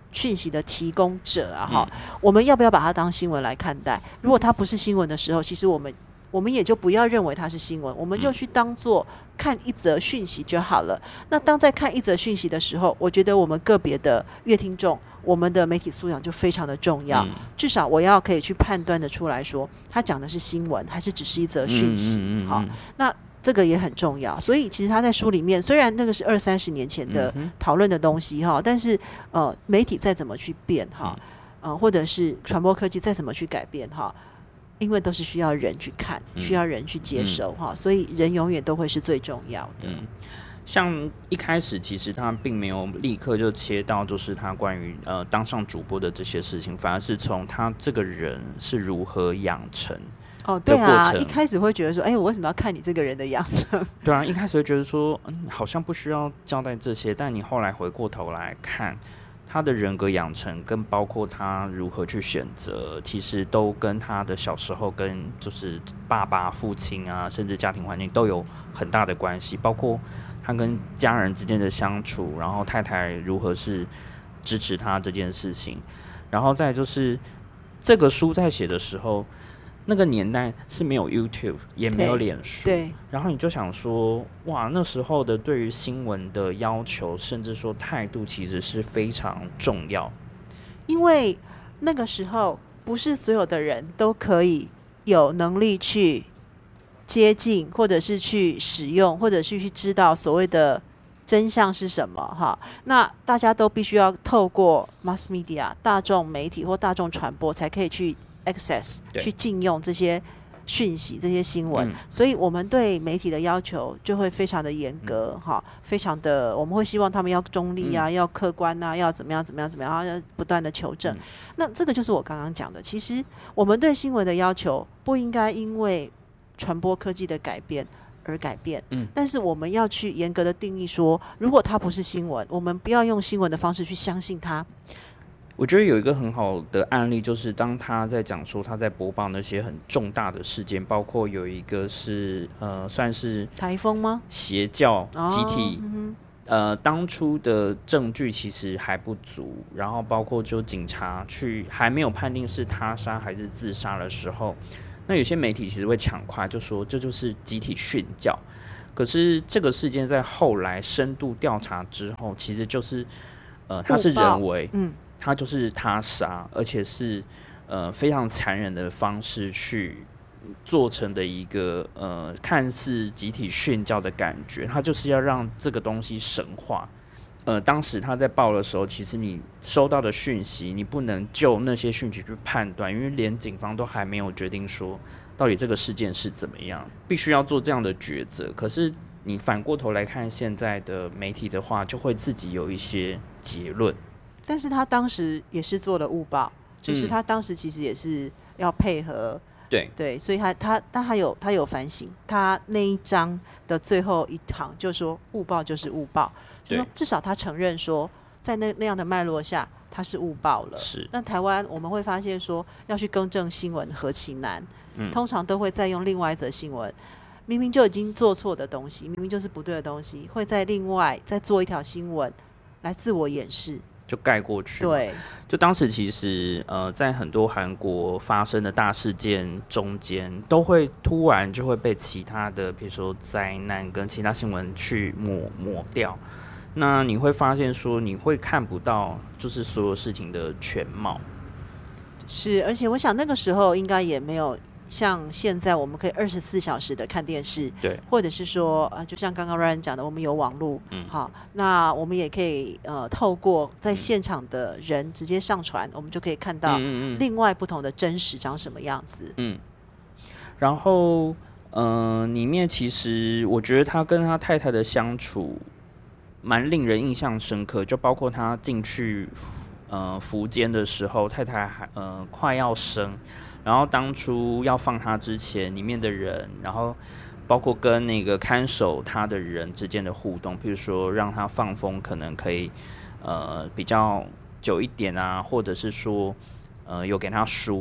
讯息的提供者啊，我们要不要把它当新闻来看待？如果它不是新闻的时候，其实我们也就不要认为它是新闻，我们就去当做看一则讯息就好了。那当在看一则讯息的时候，我觉得我们个别的乐听众，我们的媒体素养就非常的重要。至少我要可以去判断的出来说，他讲的是新闻还是只是一则讯息。好，那这个也很重要。所以其实他在书里面，虽然那个是20-30年前的讨论的东西哈，但是媒体再怎么去变哈，或者是传播科技再怎么去改变哈。因为都是需要人去看，需要人去接收哈，所以人永远都会是最重要的。 像一开始其实他并没有立刻就切到就是他关于当上主播的这些事情，反而是从他这个人是如何养成。 对啊，一开始会觉得说，我为什么要看你这个人的养成？ 对啊，一开始会觉得说，好像不需要交代这些，但你后来回过头来看。他的人格养成跟包括他如何去选择，其实都跟他的小时候跟就是爸爸、父亲啊，甚至家庭环境都有很大的关系。包括他跟家人之间的相处，然后太太如何是支持他这件事情，然后再来就是这个书在写的时候。那个年代是没有 YouTube 也没有脸书， 对， 然后你就想说，哇，那时候的对于新闻的要求，甚至说态度，其实是非常重要。 因为那个时候不是所有的人都可以有能力去接近，或者是去使用，或者是去知道所谓的真相是什么哈。那大家都必须要透过 mass media 大众媒体或大众传播，才可以去access 去禁用这些讯息、这些新闻，所以我们对媒体的要求就会非常的严格哈，非常的，我们会希望他们要中立啊，要客观啊，要怎么样，要不断的求证。那这个就是我刚刚讲的，其实我们对新闻的要求不应该因为传播科技的改变而改变，但是我们要去严格的定义说，如果它不是新闻，我们不要用新闻的方式去相信它。 我觉得有一个很好的案例，就是当他在讲说他在播报那些很重大的事件，包括有一个是算是台风吗？ 邪教集体，当初的证据其实还不足，然后包括就警察去还没有判定是他杀还是自杀的时候，那有些媒体其实会抢快就说这就是集体训教，可是这个事件在后来深度调查之后，其实就是他是人为，他就是他杀，而且是非常残忍的方式去做成的一个看似集体训教的感觉，他就是要让这个东西神化。当时他在报的时候，其实你收到的讯息，你不能就那些讯息去判断，因为连警方都还没有决定说到底这个事件是怎么样，必须要做这样的抉择。可是你反过头来看现在的媒体的话，就会自己有一些结论。 但是他当时也是做了误报，就是他当时其实也是要配合，对，所以他有反省，他那一章的最后一行就说误报就是误报，就说至少他承认说在那样的脉络下他是误报了。 是， 那台湾我们会发现说要去更正新闻何其难，通常都会再用另外一则新闻。明明就已经做错的东西，明明就是不对的东西，会在另外再做一条新闻来自我掩饰， 就盖过去。 对， 就当时其实在很多韩国发生的大事件中间，都会突然就会被其他的，比如说灾难跟其他新闻去抹掉。那你会发现说，你会看不到就是所有事情的全貌。 是，而且我想那个时候应该也没有像现在我们可以24小时的看电视， 对， 或者是说就像刚刚 Ryan 讲的，我们有网络，好，那我们也可以透过在现场的人直接上传，我们就可以看到另外不同的真实长什么样子。 然后里面其实我觉得他跟他太太的相处蛮令人印象深刻，就包括他进去福监的时候，太太还快要生。然后当初要放他之前，里面的人，然后包括跟那个看守他的人之间的互动，比如说让他放风，可能可以比较久一点啊，或者是说有给他书，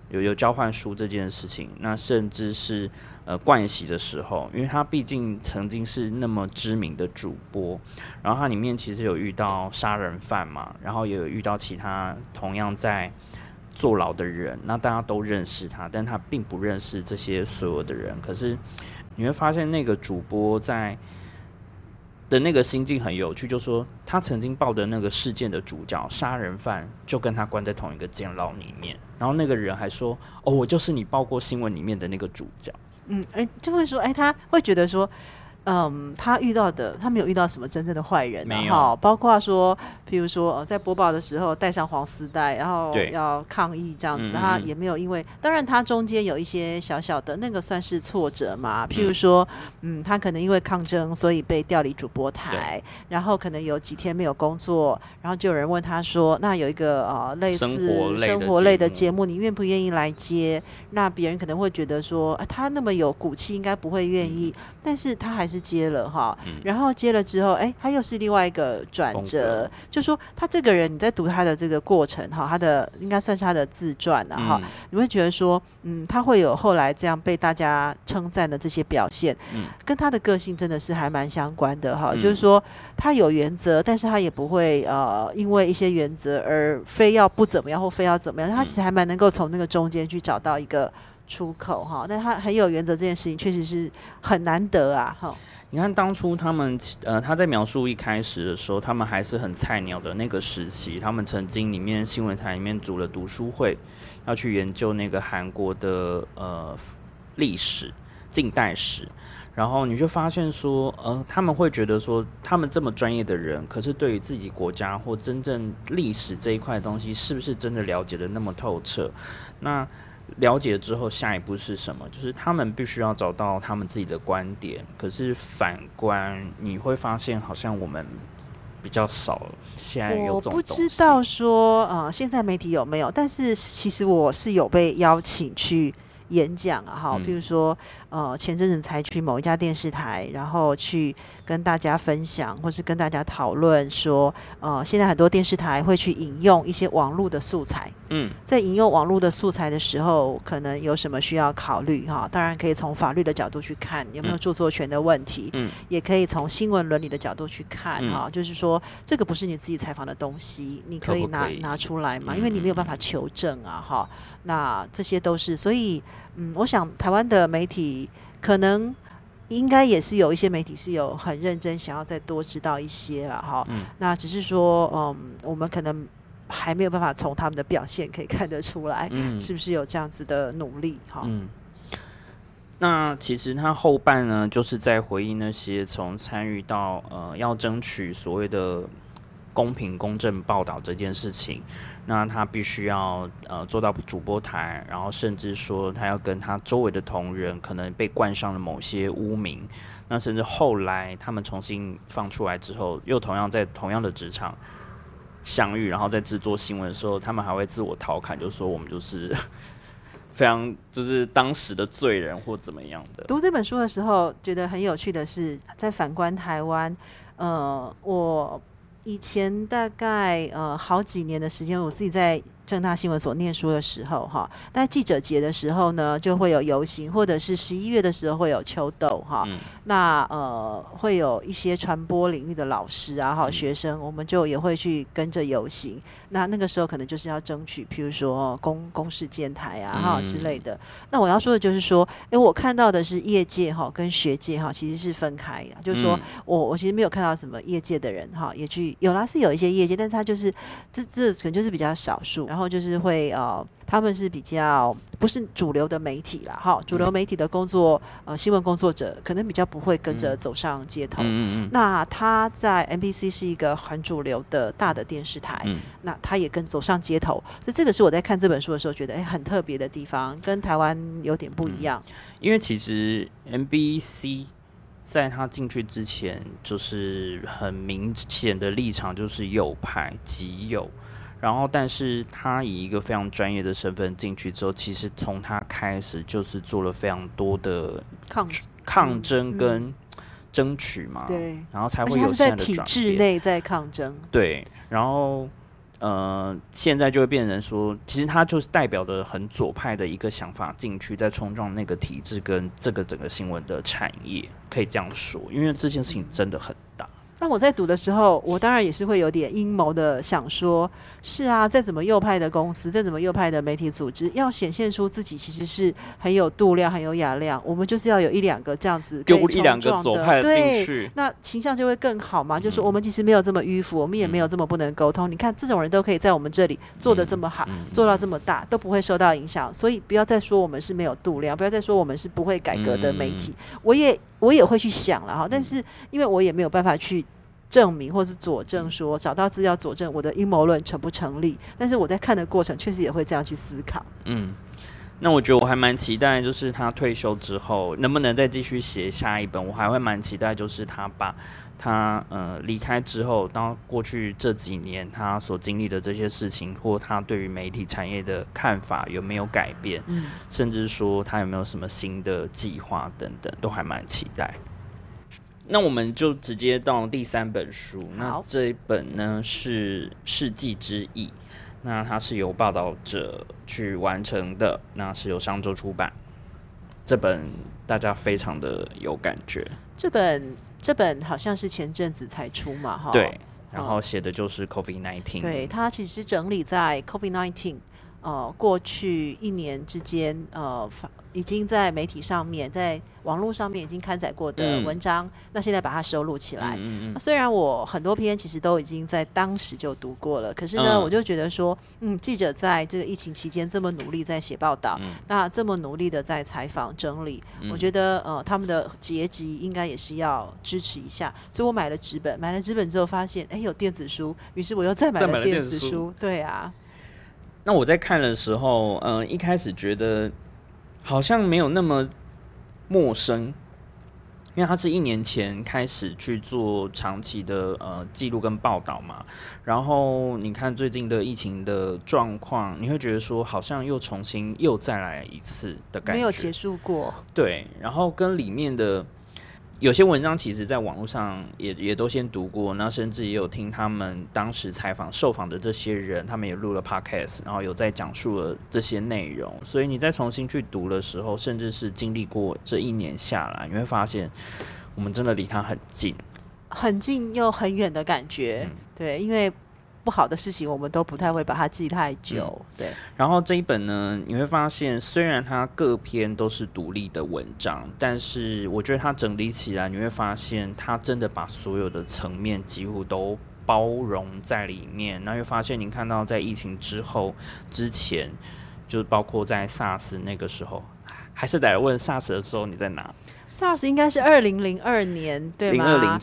有交换书这件事情，那甚至是盥洗的时候，因为他毕竟曾经是那么知名的主播，然后他里面其实有遇到杀人犯嘛，然后也有遇到其他同样在坐牢的人，那大家都认识他，但他并不认识这些所有的人。可是你会发现那个主播在的那个心境很有趣，就说他曾经报的那个事件的主角杀人犯就跟他关在同一个监牢里面，然后那个人还说：“哦，我就是你报过新闻里面的那个主角。” 就会说，他会觉得说，他没有遇到什么真正的坏人包括说，譬如说，在播报的时候带上黄丝带，然后要抗议这样子，他也没有因为，当然他中间有一些小小的那个算是挫折嘛，譬如说，他可能因为抗争，所以被调离主播台，然后可能有几天没有工作，然后就有人问他说，那有一个类似生活类的节目，你愿不愿意来接？那别人可能会觉得说，他那么有骨气，应该不会愿意，但是他还是接了哈，然后接了之后，他又是另外一个转折，就说他这个人，你在读他的这个过程哈，他的应该算是他的自传哈，你会觉得说，他会有后来这样被大家称赞的这些表现，跟他的个性真的是还蛮相关的哈，就是说他有原则，但是他也不会因为一些原则而非要不怎么样或非要怎么样，他其实还蛮能够从那个中间去找到一个出口哈，但他很有原则这件事情确实是很难得啊哈。 你看当初他们他在描述一开始的时候，他们还是很菜鸟的那个时期，他们曾经里面新闻台里面组了读书会，要去研究那个韩国的历史近代史，然后你就发现说他们会觉得说他们这么专业的人，可是对于自己国家或真正历史这一块的东西是不是真的了解的那么透彻，那了解之后下一步是什么，就是他们必须要找到他们自己的观点，可是反观你会发现好像我们比较少现在有这种东西。 我不知道说现在媒体有没有，但是其实我是有被邀请去演讲啊，比如说前阵子才去某一家电视台，然后去跟大家分享或是跟大家讨论说现在很多电视台会去引用一些网络的素材，在引用网络的素材的时候可能有什么需要考虑哈，当然可以从法律的角度去看有没有著作权的问题，也可以从新闻伦理的角度去看哈，就是说这个不是你自己采访的东西，你可以拿出来嘛，因为你没有办法求证啊哈，那这些都是，所以我想台湾的媒体可能应该也是有一些媒体是有很认真想要再多知道一些啦哈，那只是说我们可能还没有办法从他们的表现可以看得出来，是不是有这样子的努力哈。 那其实他后半呢，就是在回应那些从参与到要争取所谓的公平公正报道这件事情，那他必须要做到主播台，然后甚至说他要跟他周围的同仁可能被冠上了某些污名，那甚至后来他们重新放出来之后，又同样在同样的职场相遇，然后在制作新闻的时候，他们还会自我调侃，就说我们就是非常就是当时的罪人或怎么样的。 读这本书的时候，觉得很有趣的是，在反观台湾，我以前大概好几年的时间，我自己在政大新闻所念书的时候哈，在记者节的时候呢，就会有游行，或者是11月的时候会有秋斗哈，那会有一些传播领域的老师啊学生，我们就也会去跟着游行。那个时候可能就是要争取，譬如说公视监台啊之类的。那我要说的就是说，我看到的是业界跟学界其实是分开的，就是说我其实没有看到什么业界的人也去，有啦是有一些业界，但是他就是这可能就是比较少数，然后就是会他们是比较不是主流的媒体啦主流媒体的工作新闻工作者可能比较不会跟着走上街头，那他在 MBC 是一个很主流的大的电视台，那他也跟走上街头，所以这个是我在看这本书的时候觉得很特别的地方，跟台湾有点不一样。 因为其实 MBC 在他进去之前就是很明显的立场就是右派极右，然后但是他以一个非常专业的身份进去之后，其实从他开始就是做了非常多的抗争跟争取嘛， 对， 然后才会有现在的转变。 而且他是在体制内在抗争， 对，然后现在就会变成说，其实它就是代表的很左派的一个想法进去，在冲撞那个体制跟这个整个新闻的产业，可以这样说，因为这件事情真的很大。 当我在读的时候，我当然也是会有点阴谋的想说，是啊，再怎么右派的公司，再怎么右派的媒体组织，要显现出自己其实是很有度量、很有雅量，我们就是要有1-2个这样子可以冲撞的， 丢1-2个左派的进去， 那形象就会更好嘛。就是我们其实没有这么迂腐，我们也没有这么不能沟通。你看这种人都可以在我们这里做得这么好，做到这么大，都不会受到影响。所以不要再说我们是没有度量，不要再说我们是不会改革的媒体。我也会去想了哈，但是因为我也没有办法去证明或是佐证说找到资料佐证我的阴谋论成不成立，但是我在看的过程确实也会这样去思考。 那我觉得我还蛮期待，就是他退休之后能不能再继续写下一本。我还会蛮期待，就是他把他离开之后，到过去这几年他所经历的这些事情，或他对于媒体产业的看法有没有改变，甚至说他有没有什么新的计划等等，都还蛮期待。那我们就直接到第3本书，那这一本呢是《世纪之翼》，那它是由报道者去完成的，那是由商周出版。这本大家非常的有感觉，这本好像是前阵子才出嘛，哈， 对，然后写的就是 COVID-19， 对，它其实整理在 COVID-19过去1年之间已经在媒体上面，在网络上面已经刊载过的文章，那现在把它收录起来。虽然我很多篇其实都已经在当时就读过了，可是呢，我就觉得说，记者在这个疫情期间这么努力在写报道，那这么努力的在采访整理，我觉得他们的结集应该也是要支持一下，所以我买了纸本之后发现，有电子书，于是我又再买了电子书，对啊。 那我在看的时候，一开始觉得好像没有那么陌生，因为他是1年前开始去做长期的记录跟报道嘛，然后你看最近的疫情的状况，你会觉得说好像又重新又再来一次的感觉， 没有结束过。 对，然后跟里面的有些文章其实在网络上也都先读过，那甚至也有听他们当时受访的这些人，他们也录了 podcast， 然后有在讲述了这些内容，所以你再重新去读的时候，甚至是经历过这1年下来，你会发现我们真的离他很近又很远的感觉。对，因为不好的事情我们都不太会把它记太久，对。然后这一本呢，你会发现虽然它各篇都是独立的文章，但是我觉得它整理起来，你会发现它真的把所有的层面几乎都包容在里面。那会发现你看到在疫情之前，就是包括在 SARS 那个时候，还是得问 SARS 的时候你在哪 ？SARS 应该是2002年，对吗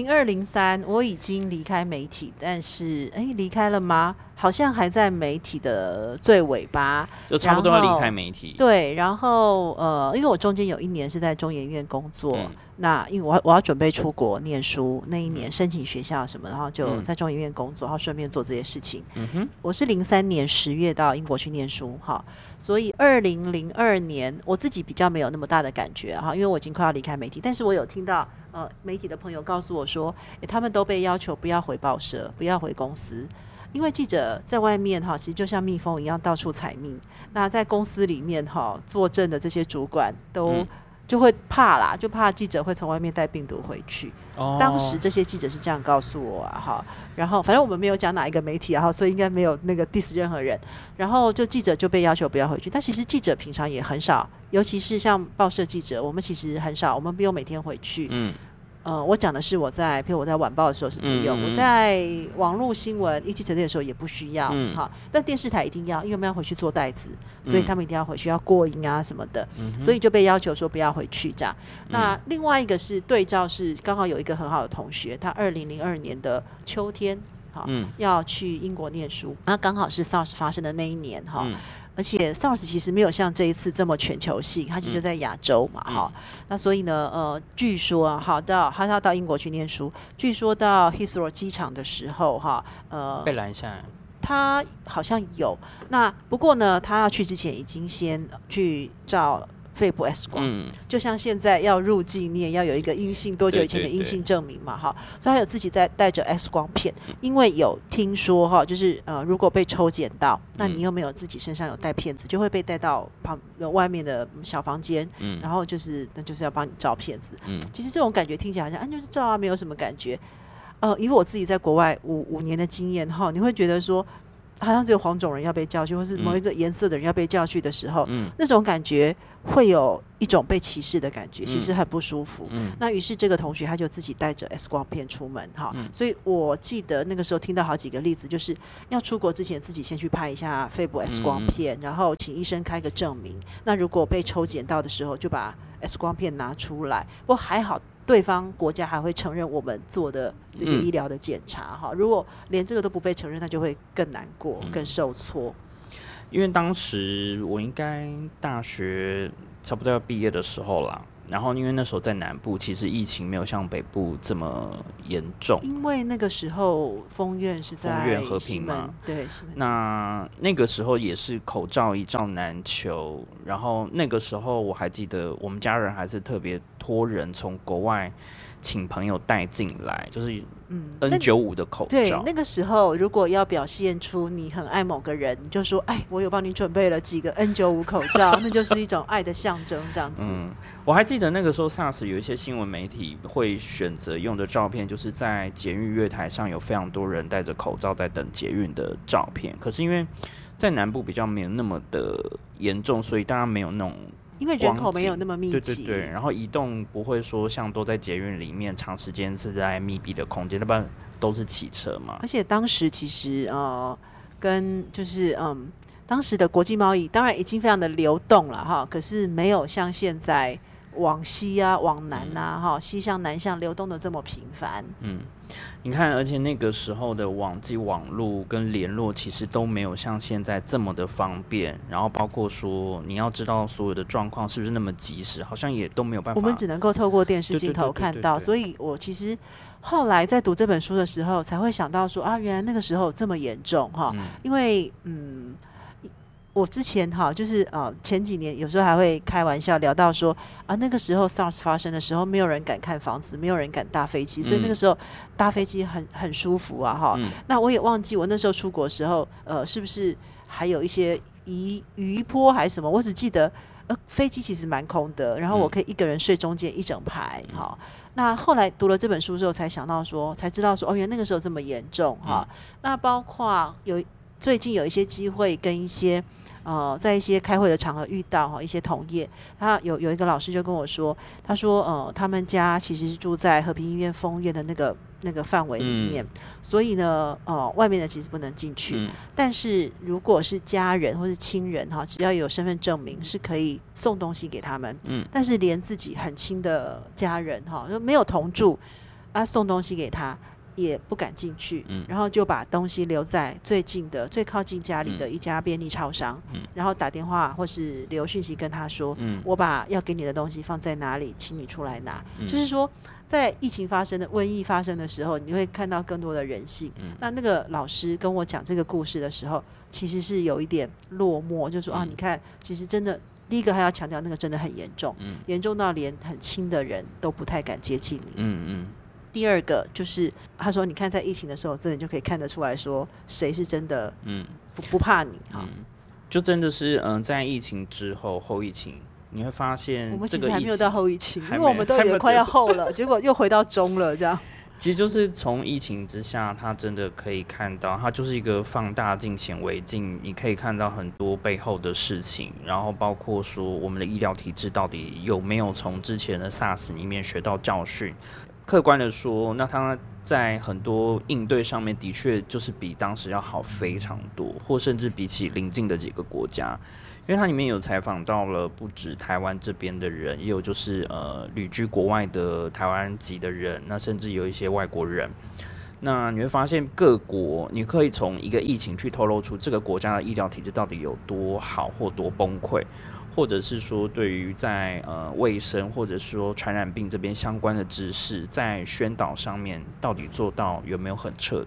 ？0203， 我已经离开媒体，但是离开了吗？好像还在媒体的最尾巴， 就差不多要离开媒体。 对，然后因为我中间有1年是在中研院工作，那因为我要准备出国念书，那一年申请学校什么，然后就在中研院工作，然后顺便做这些事情。我是03年10月到英国去念书，哈，所以2002年我自己比较没有那么大的感觉哈，因为我已经快要离开媒体，但是我有听到媒体的朋友告诉我说，他们都被要求不要回报社，不要回公司。因为记者在外面其实就像蜜蜂一样到处采蜜，那在公司里面坐镇的这些主管都就会怕啦，就怕记者会从外面带病毒回去。当时这些记者是这样告诉我啊，然后反正我们没有讲哪一个媒体啊，所以应该没有那个 diss 任何人。然后就记者就被要求不要回去，但其实记者平常也很少，尤其是像报社记者，我们其实很少，我们不用每天回去。我讲的是譬如我在晚报的时候是不用，我在网络新闻ETtoday的时候也不需要，但电视台一定要，因为我们要回去做带子，所以他们一定要回去，要过音啊什么的，所以就被要求说不要回去这样。那另外一个是对照，是刚好有一个很好的同学，他2002年的秋天要去英国念书，那刚好是 SARS 发生的那一年而且 SARS 其实没有像这一次这么全球性，它就在亚洲嘛，那所以呢，据说他要到英国去念书，据说到 Heathrow 机场的时候被拦下来， 他好像有。那不过呢，他要去之前已经先去照肺部 X 光，就像现在要入境你也要有一个阴性多久以前的阴性证明嘛，哈，所以他有自己在带着 X 光片，因为有听说哈，就是如果被抽检到，那你又没有自己身上有带片子，就会被带到外面的小房间，然后就是要帮你照片子，其实这种感觉听起来好像就是照啊，没有什么感觉，因为我自己在国外五年的经验哈，你会觉得说。好像只有黄种人要被叫去，或是某一个颜色的人要被叫去的时候，那种感觉会有一种被歧视的感觉，其实很不舒服。那于是这个同学他就自己带着 X 光片出门哈，所以我记得那个时候听到好几个例子，就是要出国之前自己先去拍一下肺部 X 光片，然后请医生开个证明。那如果被抽检到的时候，就把 X 光片拿出来。不过还好。对方国家还会承认我们做的这些医疗的检查哈，如果连这个都不被承认，那就会更难过、更受挫。 因为当时我应该大学差不多要毕业的时候啦，然后因为那时候在南部，其实疫情没有像北部这么严重。 因为那个时候丰院是在丰院和平嘛， 对， 那个时候也是口罩一罩难求，然后那个时候我还记得我们家人还是特别托人从国外请朋友带进来，就是N95的口罩。 对，那个时候如果要表现出你很爱某个人，你就说哎，我有帮你准备了几个 N95 口罩，那就是一种爱的象征，这样子。 我还记得那个时候 SARS 有一些新闻媒体会选择用的照片，就是在捷运月台上有非常多人戴着口罩在等捷运的照片。可是因为在南部比较没有那么的严重，所以大家没有那种。 因为人口没有那么密集， 对，然后移动不会说像都在捷运里面长时间是在密闭的空间，要不然都是骑车嘛。 而且当时其实跟就是当时的国际贸易当然已经非常的流动了哈，可是没有像现在往西啊、往南啊、西向南向流动的这么频繁。 你看，而且那个时候的网际网络跟联络其实都没有像现在这么的方便，然后包括说你要知道所有的状况是不是那么及时，好像也都没有办法。 我们只能够透过电视镜头看到，所以我其实后来在读这本书的时候才会想到说啊，原来那个时候这么严重哈，因为我之前就是前几年有时候还会开玩笑聊到说啊，那个时候 SARS 发生的时候，没有人敢看房子，没有人敢搭飞机，所以那个时候搭飞机很舒服啊哈。那我也忘记我那时候出国的时候，是不是还有一些余波还是什么？我只记得飞机其实蛮空的，然后我可以一个人睡中间一整排哈。那后来读了这本书之后，才想到说，才知道说，原来那个时候这么严重哈。那包括最近有一些机会跟一些在一些开会的场合遇到一些同业，他有一个老师就跟我说，他说他们家其实是住在和平医院丰院的那个范围里面，所以呢外面的其实不能进去，但是如果是家人或是亲人只要有身份证明是可以送东西给他们，但是连自己很亲的家人就没有同住送东西给他也不敢进去，然后就把东西留在最近的最靠近家里的一家便利超商，然后打电话或是留讯息跟他说，我把要给你的东西放在哪里，请你出来拿。就是说在疫情发生的瘟疫发生的时候，你会看到更多的人性。那个老师跟我讲这个故事的时候，其实是有一点落寞，就说你看其实真的第一个还要强调那个真的很严重，严重到连很亲的人都不太敢接近你。第二个就是他说你看在疫情的时候真的就可以看得出来说谁是真的不怕你就真的是在疫情之后后疫情你会发现我们其实还没有到后疫情，因为我们都以为快要后了结果又回到中了这样。 其实就是从疫情之下它真的可以看到它就是一个放大镜显微镜，你可以看到很多背后的事情，然后包括说我们的医疗体制到底有没有从之前的 SARS 里面学到教训。客观的说，那他在很多应对上面的确就是比当时要好非常多，或甚至比起邻近的几个国家，因为它里面有采访到了不止台湾这边的人，也有就是旅居国外的台湾籍的人，那甚至有一些外国人。那你会发现各国，你可以从一个疫情去透露出这个国家的医疗体制到底有多好或多崩溃。或者是说对于在卫生或者说传染病这边相关的知识在宣导上面到底做到有没有很彻底，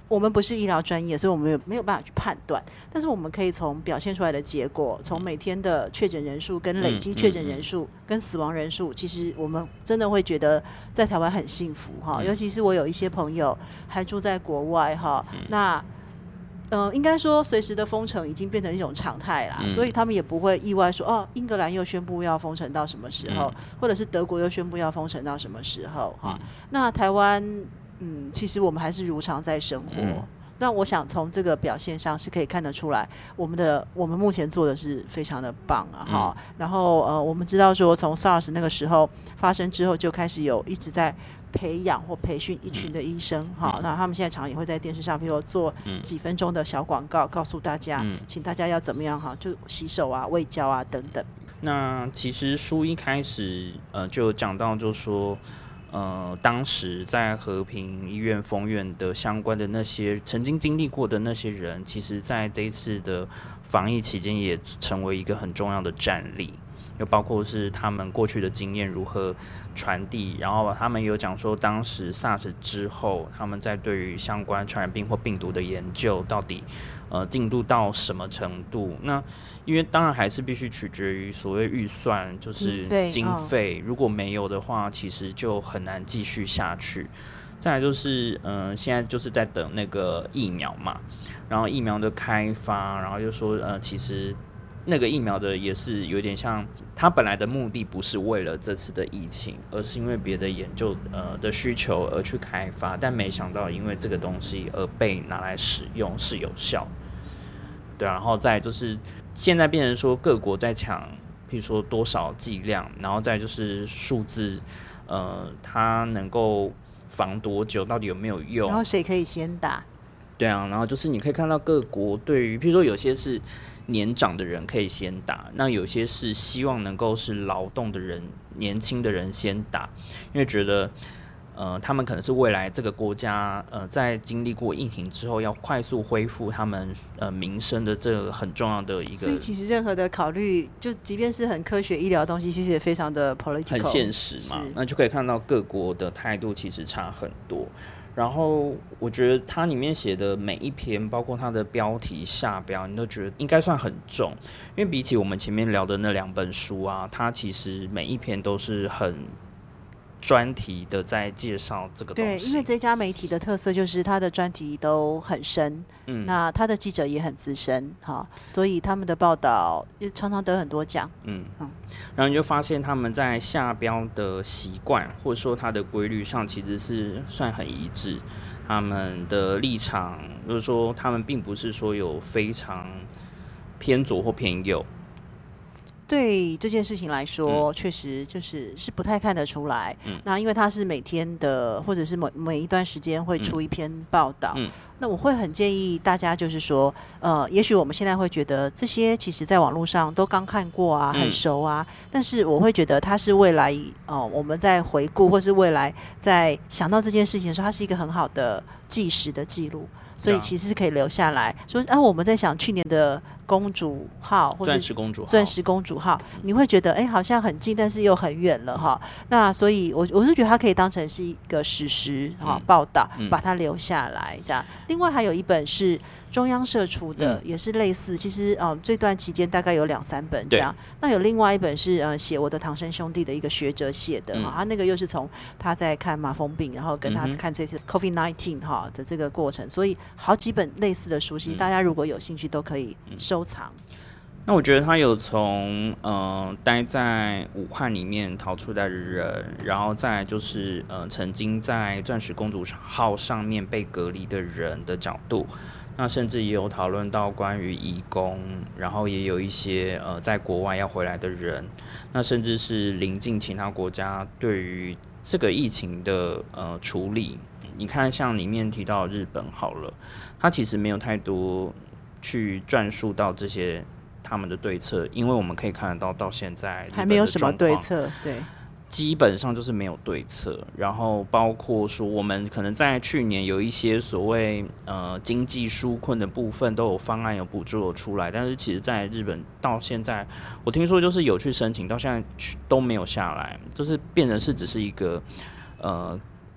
我们不是医疗专业，所以我们没有办法去判断，但是我们可以从表现出来的结果，从每天的确诊人数跟累积确诊人数跟死亡人数，其实我们真的会觉得在台湾很幸福哈，尤其是我有一些朋友还住在国外哈，那应该说随时的封城已经变成一种常态啦，所以他们也不会意外说哦，英格兰又宣布要封城到什么时候，或者是德国又宣布要封城到什么时候哈。那台湾其实我们还是如常在生活。那我想从这个表现上是可以看得出来，我们目前做的是非常的棒啊哈。然后我们知道说从 SARS 那个时候发生之后，就开始有一直在培养或培训一群的医生哈，那他们现在常也会在电视上，比如说做几分钟的小广告，告诉大家，请大家要怎么样哈，就洗手啊、卫教啊等等。 那其实书一开始就讲到，就说当时在和平医院封院的相关的那些曾经经历过的那些人，其实在这一次的防疫期间也成为一个很重要的战力。又包括是他们过去的经验如何传递，然后他们有讲说，当时 SARS 之后，他们在对于相关传染病或病毒的研究到底进度到什么程度？那因为当然还是必须取决于所谓预算，就是经费，如果没有的话，其实就很难继续下去。再来就是现在就是在等那个疫苗嘛，然后疫苗的开发，然后就说其实那个疫苗的也是有点像，它本来的目的不是为了这次的疫情，而是因为别的研究的需求而去开发，但没想到因为这个东西而被拿来使用是有效，对啊，然后再就是现在变成说各国在抢，譬如说多少剂量，然后再就是数字，它能够防多久，到底有没有用， 然后谁可以先打， 对啊，然后就是你可以看到各国对于譬如说有些是年长的人可以先打，那有些是希望能够是劳动的人、年轻的人先打，因为觉得他们可能是未来这个国家在经历过疫情之后要快速恢复他们民生的这个很重要的一个。 所以其实任何的考虑，就即便是很科学医疗的东西，其实也非常的 political， 很现实嘛。那就可以看到各国的态度其实差很多。然后我觉得它里面写的每一篇，包括它的标题下标，你都觉得应该算很重，因为比起我们前面聊的那2本书啊，它其实每一篇都是很专题的在介绍这个东西。 对，因为这家媒体的特色就是它的专题都很深，那他的记者也很资深哈，所以他们的报道也常常得很多奖。 然后你就发现他们在下标的习惯或者说它的规律上其实是算很一致，他们的立场就是说他们并不是说有非常偏左或偏右。 对这件事情来说，确实是不太看得出来。那因为它是每天的，或者是每一段时间会出一篇报道。那我会很建议大家，就是说，也许我们现在会觉得这些其实在网络上都刚看过啊，很熟啊。但是我会觉得它是未来我们在回顾，或是未来在想到这件事情的时候，它是一个很好的纪实的记录。所以其实是可以留下来说我们在想去年的公主号或者钻石公主号，你会觉得好像很近，但是又很远了哈。那所以我是觉得它可以当成是一个史实报道，把它留下来这样。另外还有一本是中央社出的，也是类似，其实这段期间大概有2-3本这样。那有另外一本是写我的堂生兄弟的一个学者写的，他那个又是从他在看麻风病，然后跟他看这次 COVID-19 的这个过程，所以好几本类似的书，其实大家如果有兴趣都可以收藏。 那我觉得他有从待在武汉里面逃出来的人，然后再来就是曾经在钻石公主号上面被隔离的人的角度，那甚至也有讨论到关于移工，然后也有一些在国外要回来的人，那甚至是邻近其他国家对于这个疫情的处理。你看像里面提到日本好了，他其实没有太多去转述到这些他们的对策，因为我们可以看得到现在还没有什么对策，对， 基本上就是没有对策。然后包括说我们可能在去年有一些所谓经济纾困的部分都有方案有补助出来，但是其实在日本到现在我听说就是有去申请，到现在都没有下来，就是变成是只是一个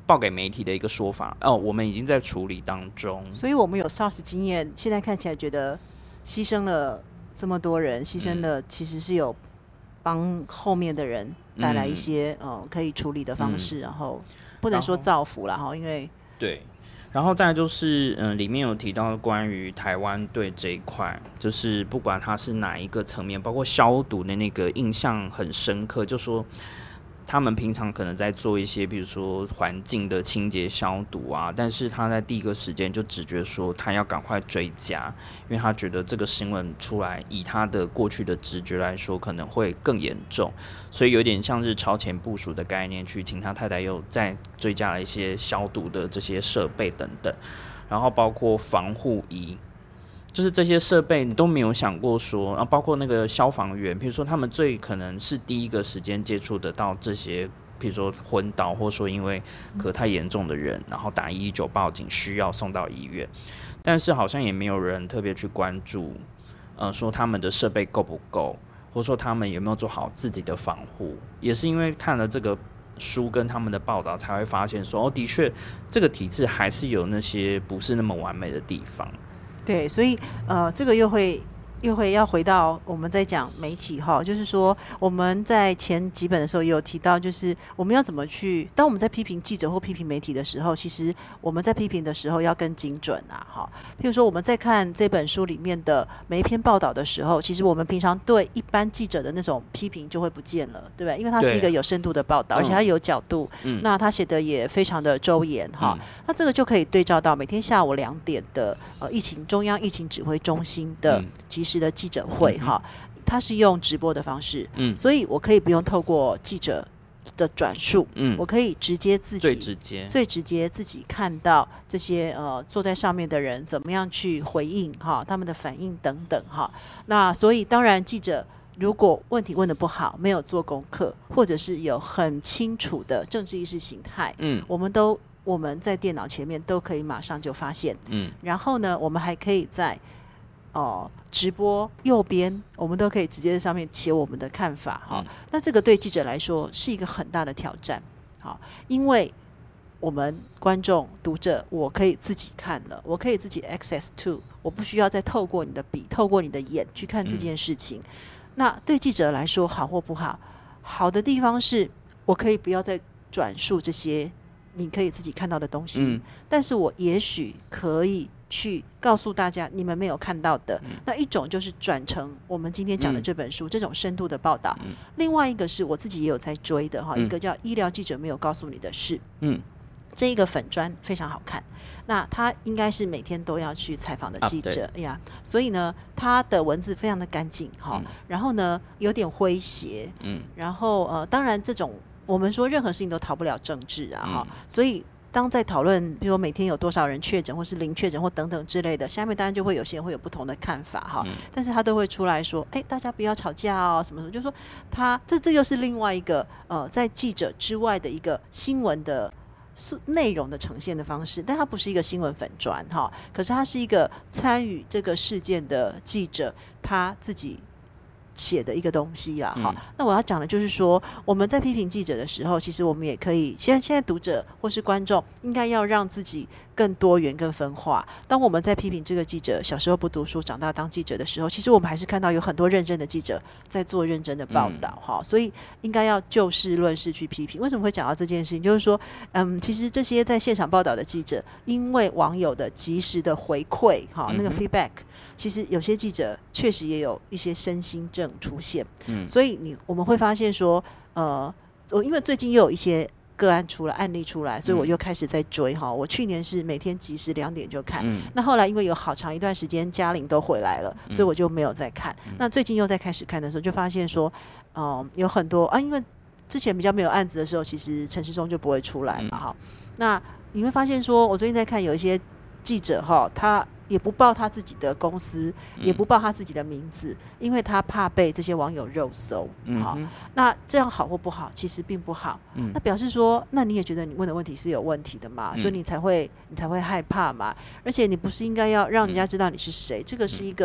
报给媒体的一个说法，我们已经在处理当中。 所以我们有 SARS 经验，现在看起来觉得牺牲了这么多人，牺牲了其实是有帮后面的人带来一些、可以处理的方式，然后不能说造福啦，因为对。然后再来就是里面有提到关于台湾队这一块，就是不管它是哪一个层面，包括消毒的那个印象很深刻，就说他们平常可能在做一些比如说环境的清洁消毒啊，但是他在第一个时间就直觉说他要赶快追加，因为他觉得这个新闻出来以他的过去的直觉来说可能会更严重，所以有点像是超前部署的概念，去请他太太又再追加了一些消毒的这些设备等等，然后包括防护衣，就是这些设备你都没有想过说，然后包括那个消防员，比如说他们最可能是第一个时间接触得到这些，比如说昏倒，或者说因为咳太严重的人，然后打119报警需要送到医院，但是好像也没有人特别去关注，说他们的设备够不够，或者说他们有没有做好自己的防护，也是因为看了这个书跟他们的报道，才会发现说，的确这个体制还是有那些不是那么完美的地方。 对，所以这个又会要回到我们在讲媒体哈，就是说我们在前几本的时候也有提到，就是我们要怎么去，当我们在批评记者或批评媒体的时候，其实我们在批评的时候要更精准啊哈。譬如说我们在看这本书里面的每一篇报道的时候，其实我们平常对一般记者的那种批评就会不见了，对不对？因为它是一个有深度的报道，而且它有角度，那他写的也非常的周延哈。那这个就可以对照到每天下午2点的中央疫情指挥中心的即时的记者会哈，它是用直播的方式，所以我可以不用透过记者的转述，我可以直接自己最直接自己看到这些坐在上面的人怎么样去回应哈，他们的反应等等哈。那所以当然记者如果问题问得不好，没有做功课，或者是有很清楚的政治意识形态，我们在电脑前面都可以马上就发现，然后呢，我们还可以在直播右边，我们都可以直接在上面写我们的看法哈。那这个对记者来说是一个很大的挑战，好，因为我们观众读者，我可以自己看了，我可以自己 access to， 我不需要再透过你的笔，透过你的眼去看这件事情。那对记者来说，好或不好？好的地方是我可以不要再转述这些你可以自己看到的东西，但是我也许可以去告诉大家你们没有看到的。那一种就是转成我们今天讲的这本书，这种深度的报道。另外一个是我自己也有在追的哈，一个叫医疗记者没有告诉你的事。这一个粉专非常好看，那他应该是每天都要去采访的记者呀，所以呢，他的文字非常的干净哈，然后呢有点诙谐，然后当然这种我们说任何事情都逃不了政治啊哈，所以当在讨论比如说每天有多少人确诊或是零确诊或等等之类的，下面当然就会有些人会有不同的看法哈，但是他都会出来说大家不要吵架哦什么什么，就是说他这又是另外一个在记者之外的一个新闻的内容的呈现的方式，但它不是一个新闻粉专哈，可是它是一个参与这个事件的记者他自己写的一个东西啦哈。那我要讲的就是说，我们在批评记者的时候，其实我们也可以现在读者或是观众应该要让自己更多元更分化。当我们在批评这个记者小时候不读书长大当记者的时候，其实我们还是看到有很多认真的记者在做认真的报道哈，所以应该要就事论事去批评。为什么会讲到这件事情，就是说其实这些在现场报道的记者，因为网友的及时的回馈哈，那个 feedback， 其实有些记者确实也有一些身心症出现，所以我们会发现说因为最近又有一些个案出来，案例出来，所以我又开始在追哈。我去年是每天及时2点就看，那后来因为有好长一段时间嘉玲都回来了，所以我就没有再看。那最近又在开始看的时候，就发现说，有很多因为之前比较没有案子的时候，其实陈时中就不会出来嘛哈。那你会发现说，我最近在看有一些记者哈，他也不报他自己的公司，也不报他自己的名字，因为他怕被这些网友肉搜。好，那这样好或不好？其实并不好。那表示说，那你也觉得你问的问题是有问题的嘛？所以你才会害怕嘛。而且你不是应该要让人家知道你是谁？这个是一个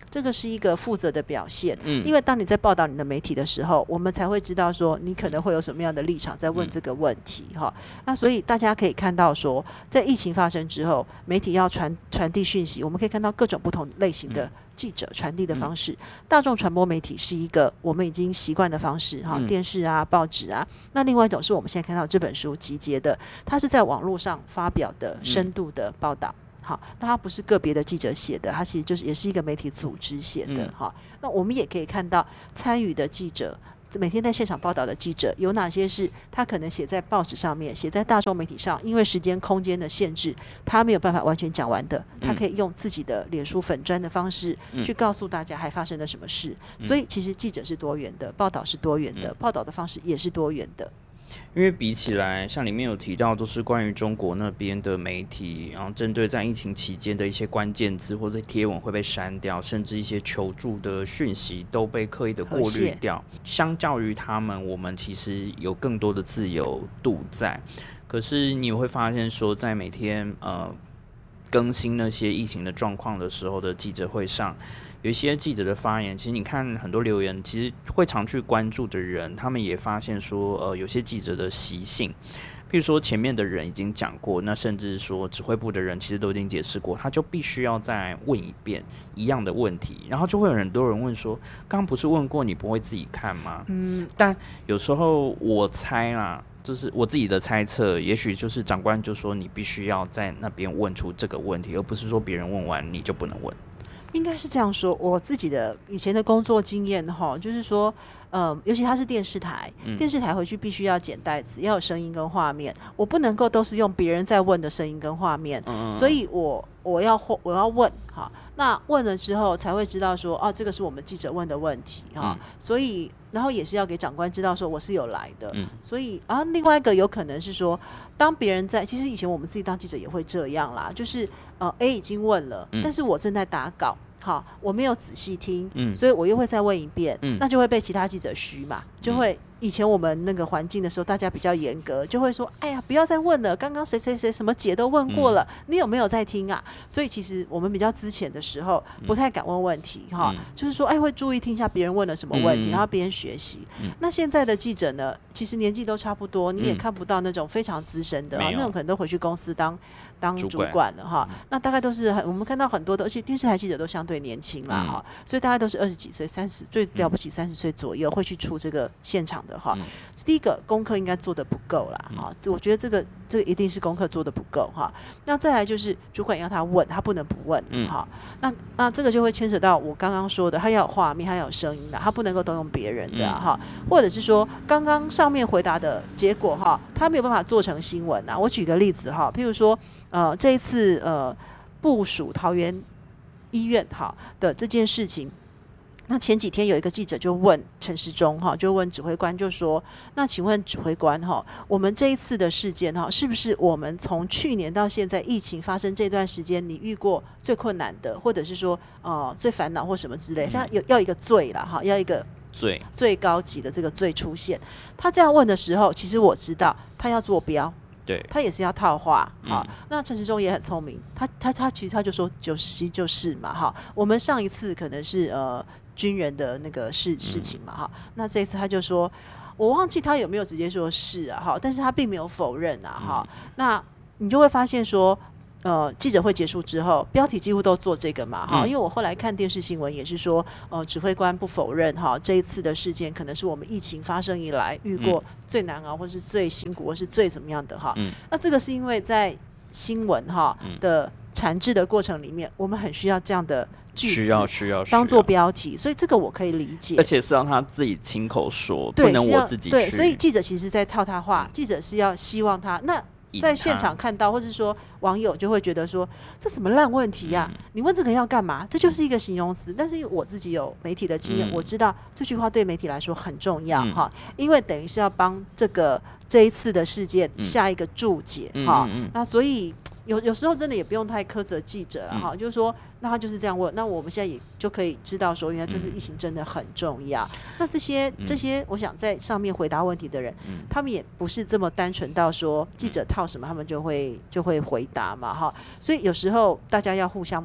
这个是一个负责的表现。因为当你在报道你的媒体的时候，我们才会知道说你可能会有什么样的立场在问这个问题哈。那所以大家可以看到说，在疫情发生之后，媒体要传递讯息，我们可以看到各种不同类型的记者传递的方式。大众传播媒体是一个我们已经习惯的方式哈，电视啊、报纸啊。那另外一种是我们现在看到这本书集结的，它是在网络上发表的深度的报道。好，那它不是个别的记者写的，它其实就是也是一个媒体组织写的。好，那我们也可以看到参与的记者，每天在现场报道的记者有哪些是他可能写在报纸上面，写在大众媒体上，因为时间空间的限制他没有办法完全讲完的，他可以用自己的脸书粉专的方式去告诉大家还发生了什么事。所以其实记者是多元的，报道是多元的，报道的方式也是多元的。 因为比起来，像里面有提到，都是关于中国那边的媒体，然后针对在疫情期间的一些关键字或者贴文会被删掉，甚至一些求助的讯息都被刻意的过滤掉。相较于他们，我们其实有更多的自由度在。可是你会发现说，在每天更新那些疫情的状况的时候的记者会上，有一些记者的发言，其实你看很多留言，其实会常去关注的人，他们也发现说，有些记者的习性，譬如说前面的人已经讲过，那甚至说指挥部的人其实都已经解释过，他就必须要再问一遍一样的问题，然后就会有很多人问说，刚刚不是问过，你不会自己看吗？但有时候我猜啦。就是我自己的猜测，也许就是长官就说你必须要在那边问出这个问题，而不是说别人问完你就不能问。 应该是这样说，我自己的以前的工作经验哈，就是说，尤其它是电视台，电视台回去必须要剪带子，要有声音跟画面，我不能够都是用别人在问的声音跟画面，所以我要问哈，那问了之后才会知道说，哦，这个是我们记者问的问题哈，所以然后也是要给长官知道说我是有来的，所以然后另外一个有可能是说，当别人在，其实以前我们自己当记者也会这样啦，就是A 已经问了，但是我正在打稿。好，我没有仔细听，所以我又会再问一遍，那就会被其他记者嘘嘛，就会以前我们那个环境的时候，大家比较严格，就会说，哎呀，不要再问了，刚刚谁谁谁什么姐都问过了，你有没有在听啊？所以其实我们比较之前的时候，不太敢问问题哈，就是说，哎，会注意听一下别人问了什么问题，然后边学习。那现在的记者呢，其实年纪都差不多，你也看不到那种非常资深的，那种可能都回去公司当主管了哈，那大概都是我们看到很多的，而且电视台记者都相对年轻啦哈，所以大概都是20几岁、30最了不起30岁左右会去出这个现场的哈。第一个功课应该做得不够啦哈，我觉得这个一定是功课做得不够哈。那再来就是主管要他问，他不能不问哈。那这个就会牵扯到我刚刚说的，他要有画面，他要有声音的，他不能够都用别人的哈，或者是说刚刚上面回答的结果哈，他没有办法做成新闻啊。我举个例子哈，譬如说这一次部署桃园医院哈的这件事情，那前几天有一个记者就问陈时中哈，就问指挥官，就说：那请问指挥官哈，我们这一次的事件哈，是不是我们从去年到现在疫情发生这段时间，你遇过最困难的，或者是说最烦恼或什么之类？像要一个最啦哈，要一个最高级的这个最出现。他这样问的时候，其实我知道他要做标。对，他也是要套话哈。那陈时中也很聪明，他其实他就说就是嘛哈。我们上一次可能是军人的那个事情嘛哈，那这一次他就说，我忘记他有没有直接说是啊哈，但是他并没有否认啊哈。那你就会发现说，记者会结束之后，标题几乎都做这个嘛哈，因为我后来看电视新闻也是说，指挥官不否认哈，这一次的事件可能是我们疫情发生以来遇过最难熬，或是最辛苦，或是最怎么样的哈。那这个是因为在新闻哈的产制的过程里面，我们很需要这样的句子需要当做标题，所以这个我可以理解， 而且是让他自己亲口说，不能我自己去。 对，所以记者其实在套他话，记者是要希望他那。在现场看到，或者说网友就会觉得说，这什么烂问题啊，你问这个要干嘛？这就是一个形容词。但是我自己有媒体的经验，我知道这句话对媒体来说很重要哈，因为等于是要帮这一次的事件下一个注解哈。那所以有时候真的也不用太苛责记者了哈，就是说，那他就是这样问，那我们现在也就可以知道说，原来这次疫情真的很重要。那这些，我想在上面回答问题的人，他们也不是这么单纯到说记者套什么，他们就会回答嘛哈。所以有时候大家要互相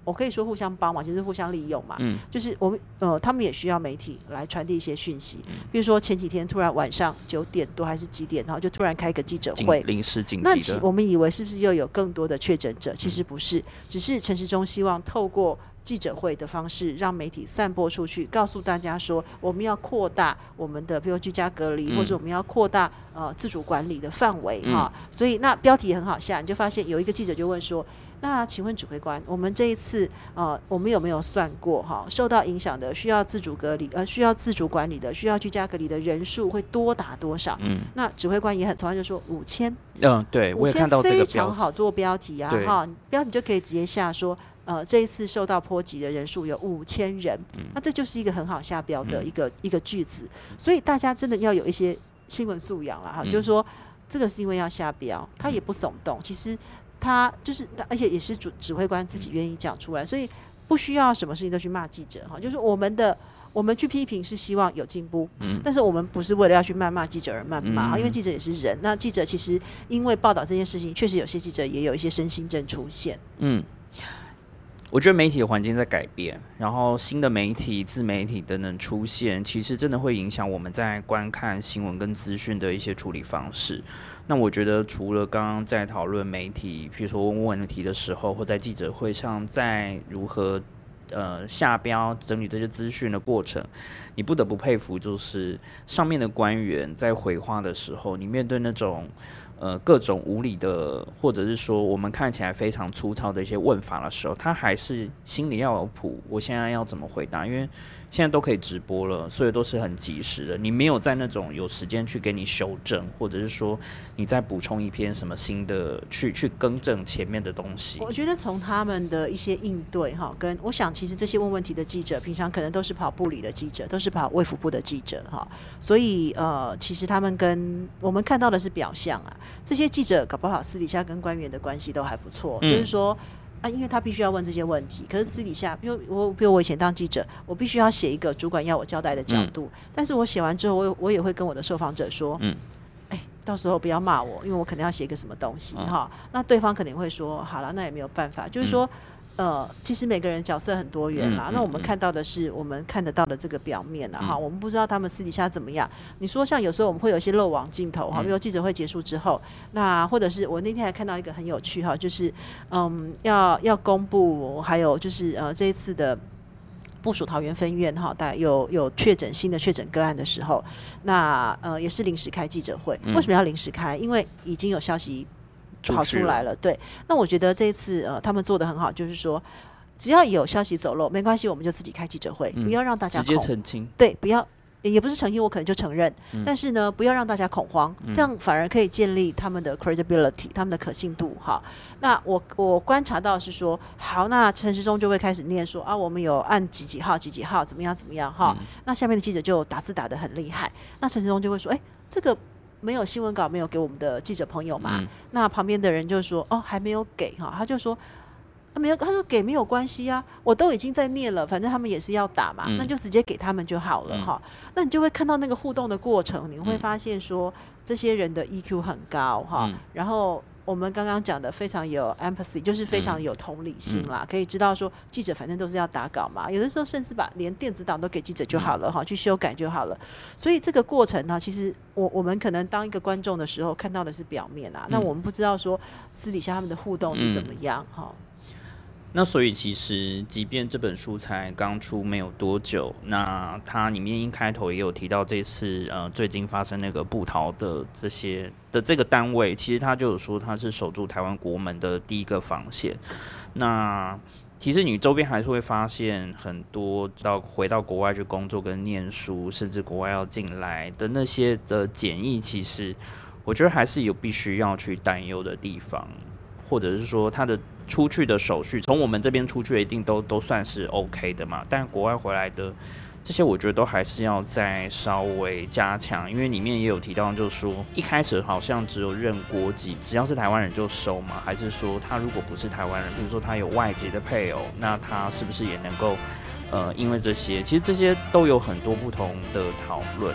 我可以说互相帮忙，就是互相利用嘛。就是我们他们也需要媒体来传递一些讯息。比如说前几天突然晚上9点多还是几点，然后就突然开一个记者会， 临时紧急的。 那我们以为是不是又有更多的确诊者？其实不是，只是陈时中希望透过记者会的方式让媒体散播出去，告诉大家说我们要扩大我们的比如居家隔离，或者我们要扩大自主管理的范围哈。所以那标题也很好下，你就发现有一个记者就问说，那请问指挥官，我们这一次我们有没有算过哈，受到影响的需要自主隔离需要自主管理的需要居家隔离的人数会多达多少？那指挥官也很从来就说5000。 对，我也看到这个标题， 非常好做标题啊哈，标题就可以直接下说这一次受到波及的人数有5000人，那这就是一个很好下标的一个句子，所以大家真的要有一些新闻素养啦哈，就是说这个是因为要下标，他也不耸动，其实他就是而且也是指挥官自己愿意讲出来，所以不需要什么事情都去骂记者哈，就是我们去批评是希望有进步，但是我们不是为了要去谩骂记者而谩骂，因为记者也是人。那记者其实因为报道这件事情，确实有些记者也有一些身心症出现。 我觉得媒体的环境在改变，然后新的媒体、自媒体等等出现，其实真的会影响我们在观看新闻跟资讯的一些处理方式。那我觉得除了刚刚在讨论媒体，比如说问问题的时候，或在记者会上，在如何下标整理这些资讯的过程，你不得不佩服，就是上面的官员在回话的时候，你面对那种各种无理的，或者是说我们看起来非常粗糙的一些问法的时候，他还是心里要有谱，我现在要怎么回答？因为现在都可以直播了，所以都是很及时的，你没有在那种有时间去给你修正，或者是说你再补充一篇什么新的去更正前面的东西。 我觉得从他们的一些应对哈，跟我想其实这些问问题的记者平常可能都是跑部里的记者，都是跑卫福部的记者哈，所以其实他们跟我们看到的是表象啊，这些记者搞不好私底下跟官员的关系都还不错，就是说因为他必须要问这些问题，可是私底下比如我以前当记者，我必须要写一个主管要我交代的角度，但是我写完之后我也会跟我的受访者说到时候不要骂我，因为我可能要写一个什么东西哈，那对方可能会说好了，那也没有办法，就是说其实每个人角色很多元啦，那我们看到的是我们看得到的这个表面啦哈，我们不知道他们私底下怎么样。你说像有时候我们会有一些漏网镜头哈，比如记者会结束之后，那或者是我那天还看到一个很有趣哈，就是要公布，还有就是这一次的部署桃园分院哈，大概有新的确诊个案的时候，那也是临时开记者会。为什么要临时开？因为已经有消息跑出来了，对。那我觉得这一次他们做得很好，就是说只要有消息走漏没关系，我们就自己开记者会，不要让大家直接澄清， 对，不要也不是澄清，我可能就承认，但是呢不要让大家恐慌，这样反而可以建立他们的 credibility， 他们的可信度哈。那我观察到是说，好，那陈时中就会开始念说我们有按几号几几号怎么样怎么样哈，那下面的记者就打字打得很厉害，那陈时中就会说这个没有新闻稿没有给我们的记者朋友嘛，那旁边的人就说还没有给哈，他就说没有，他说给没有关系啊，我都已经在念了，反正他们也是要打嘛，那就直接给他们就好了哈。那你就会看到那个互动的过程，你会发现说这些人的 EQ 很高哈，然后我们刚刚讲的非常有 empathy， 就是非常有同理心啦，可以知道说记者反正都是要打稿嘛，有的时候甚至把连电子档都给记者就好了哈，去修改就好了。所以这个过程呢，其实我们可能当一个观众的时候看到的是表面啊，那我们不知道说私底下他们的互动是怎么样哈。 那所以其实即便这本书才刚出没有多久，那它里面一开头也有提到这次最近发生那个部桃的这个单位，其实他就有说他是守住台湾国门的第一个防线。那其实你周边还是会发现很多回到国外去工作跟念书，甚至国外要进来的那些的检疫，其实我觉得还是有必须要去担忧的地方，或者是说他的出去的手续，从我们这边出去一定都算是 OK 的嘛，但国外回来的这些我觉得都还是要再稍微加强，因为里面也有提到就是说一开始好像只有认国籍，只要是台湾人就收嘛，还是说他如果不是台湾人，比如说他有外籍的配偶，那他是不是也能够因为这些其实这些都有很多不同的讨论。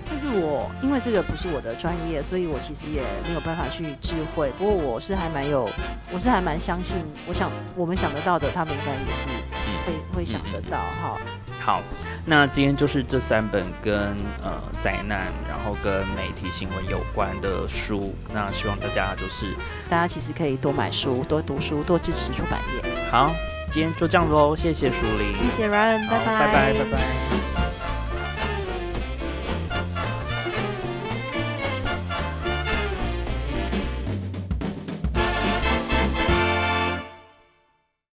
但是我因为这个不是我的专业，所以我其实也没有办法去智慧。不过我是还蛮相信，我们想得到的，他们应该也是会想得到哈。 好，那今天就是这3本跟灾难，然后跟媒体新闻有关的书。那希望大家其实可以多买书、多读书、多支持出版业。 好，今天就这样喽，谢谢淑玲， 谢谢 Ryan， 拜拜， 拜拜。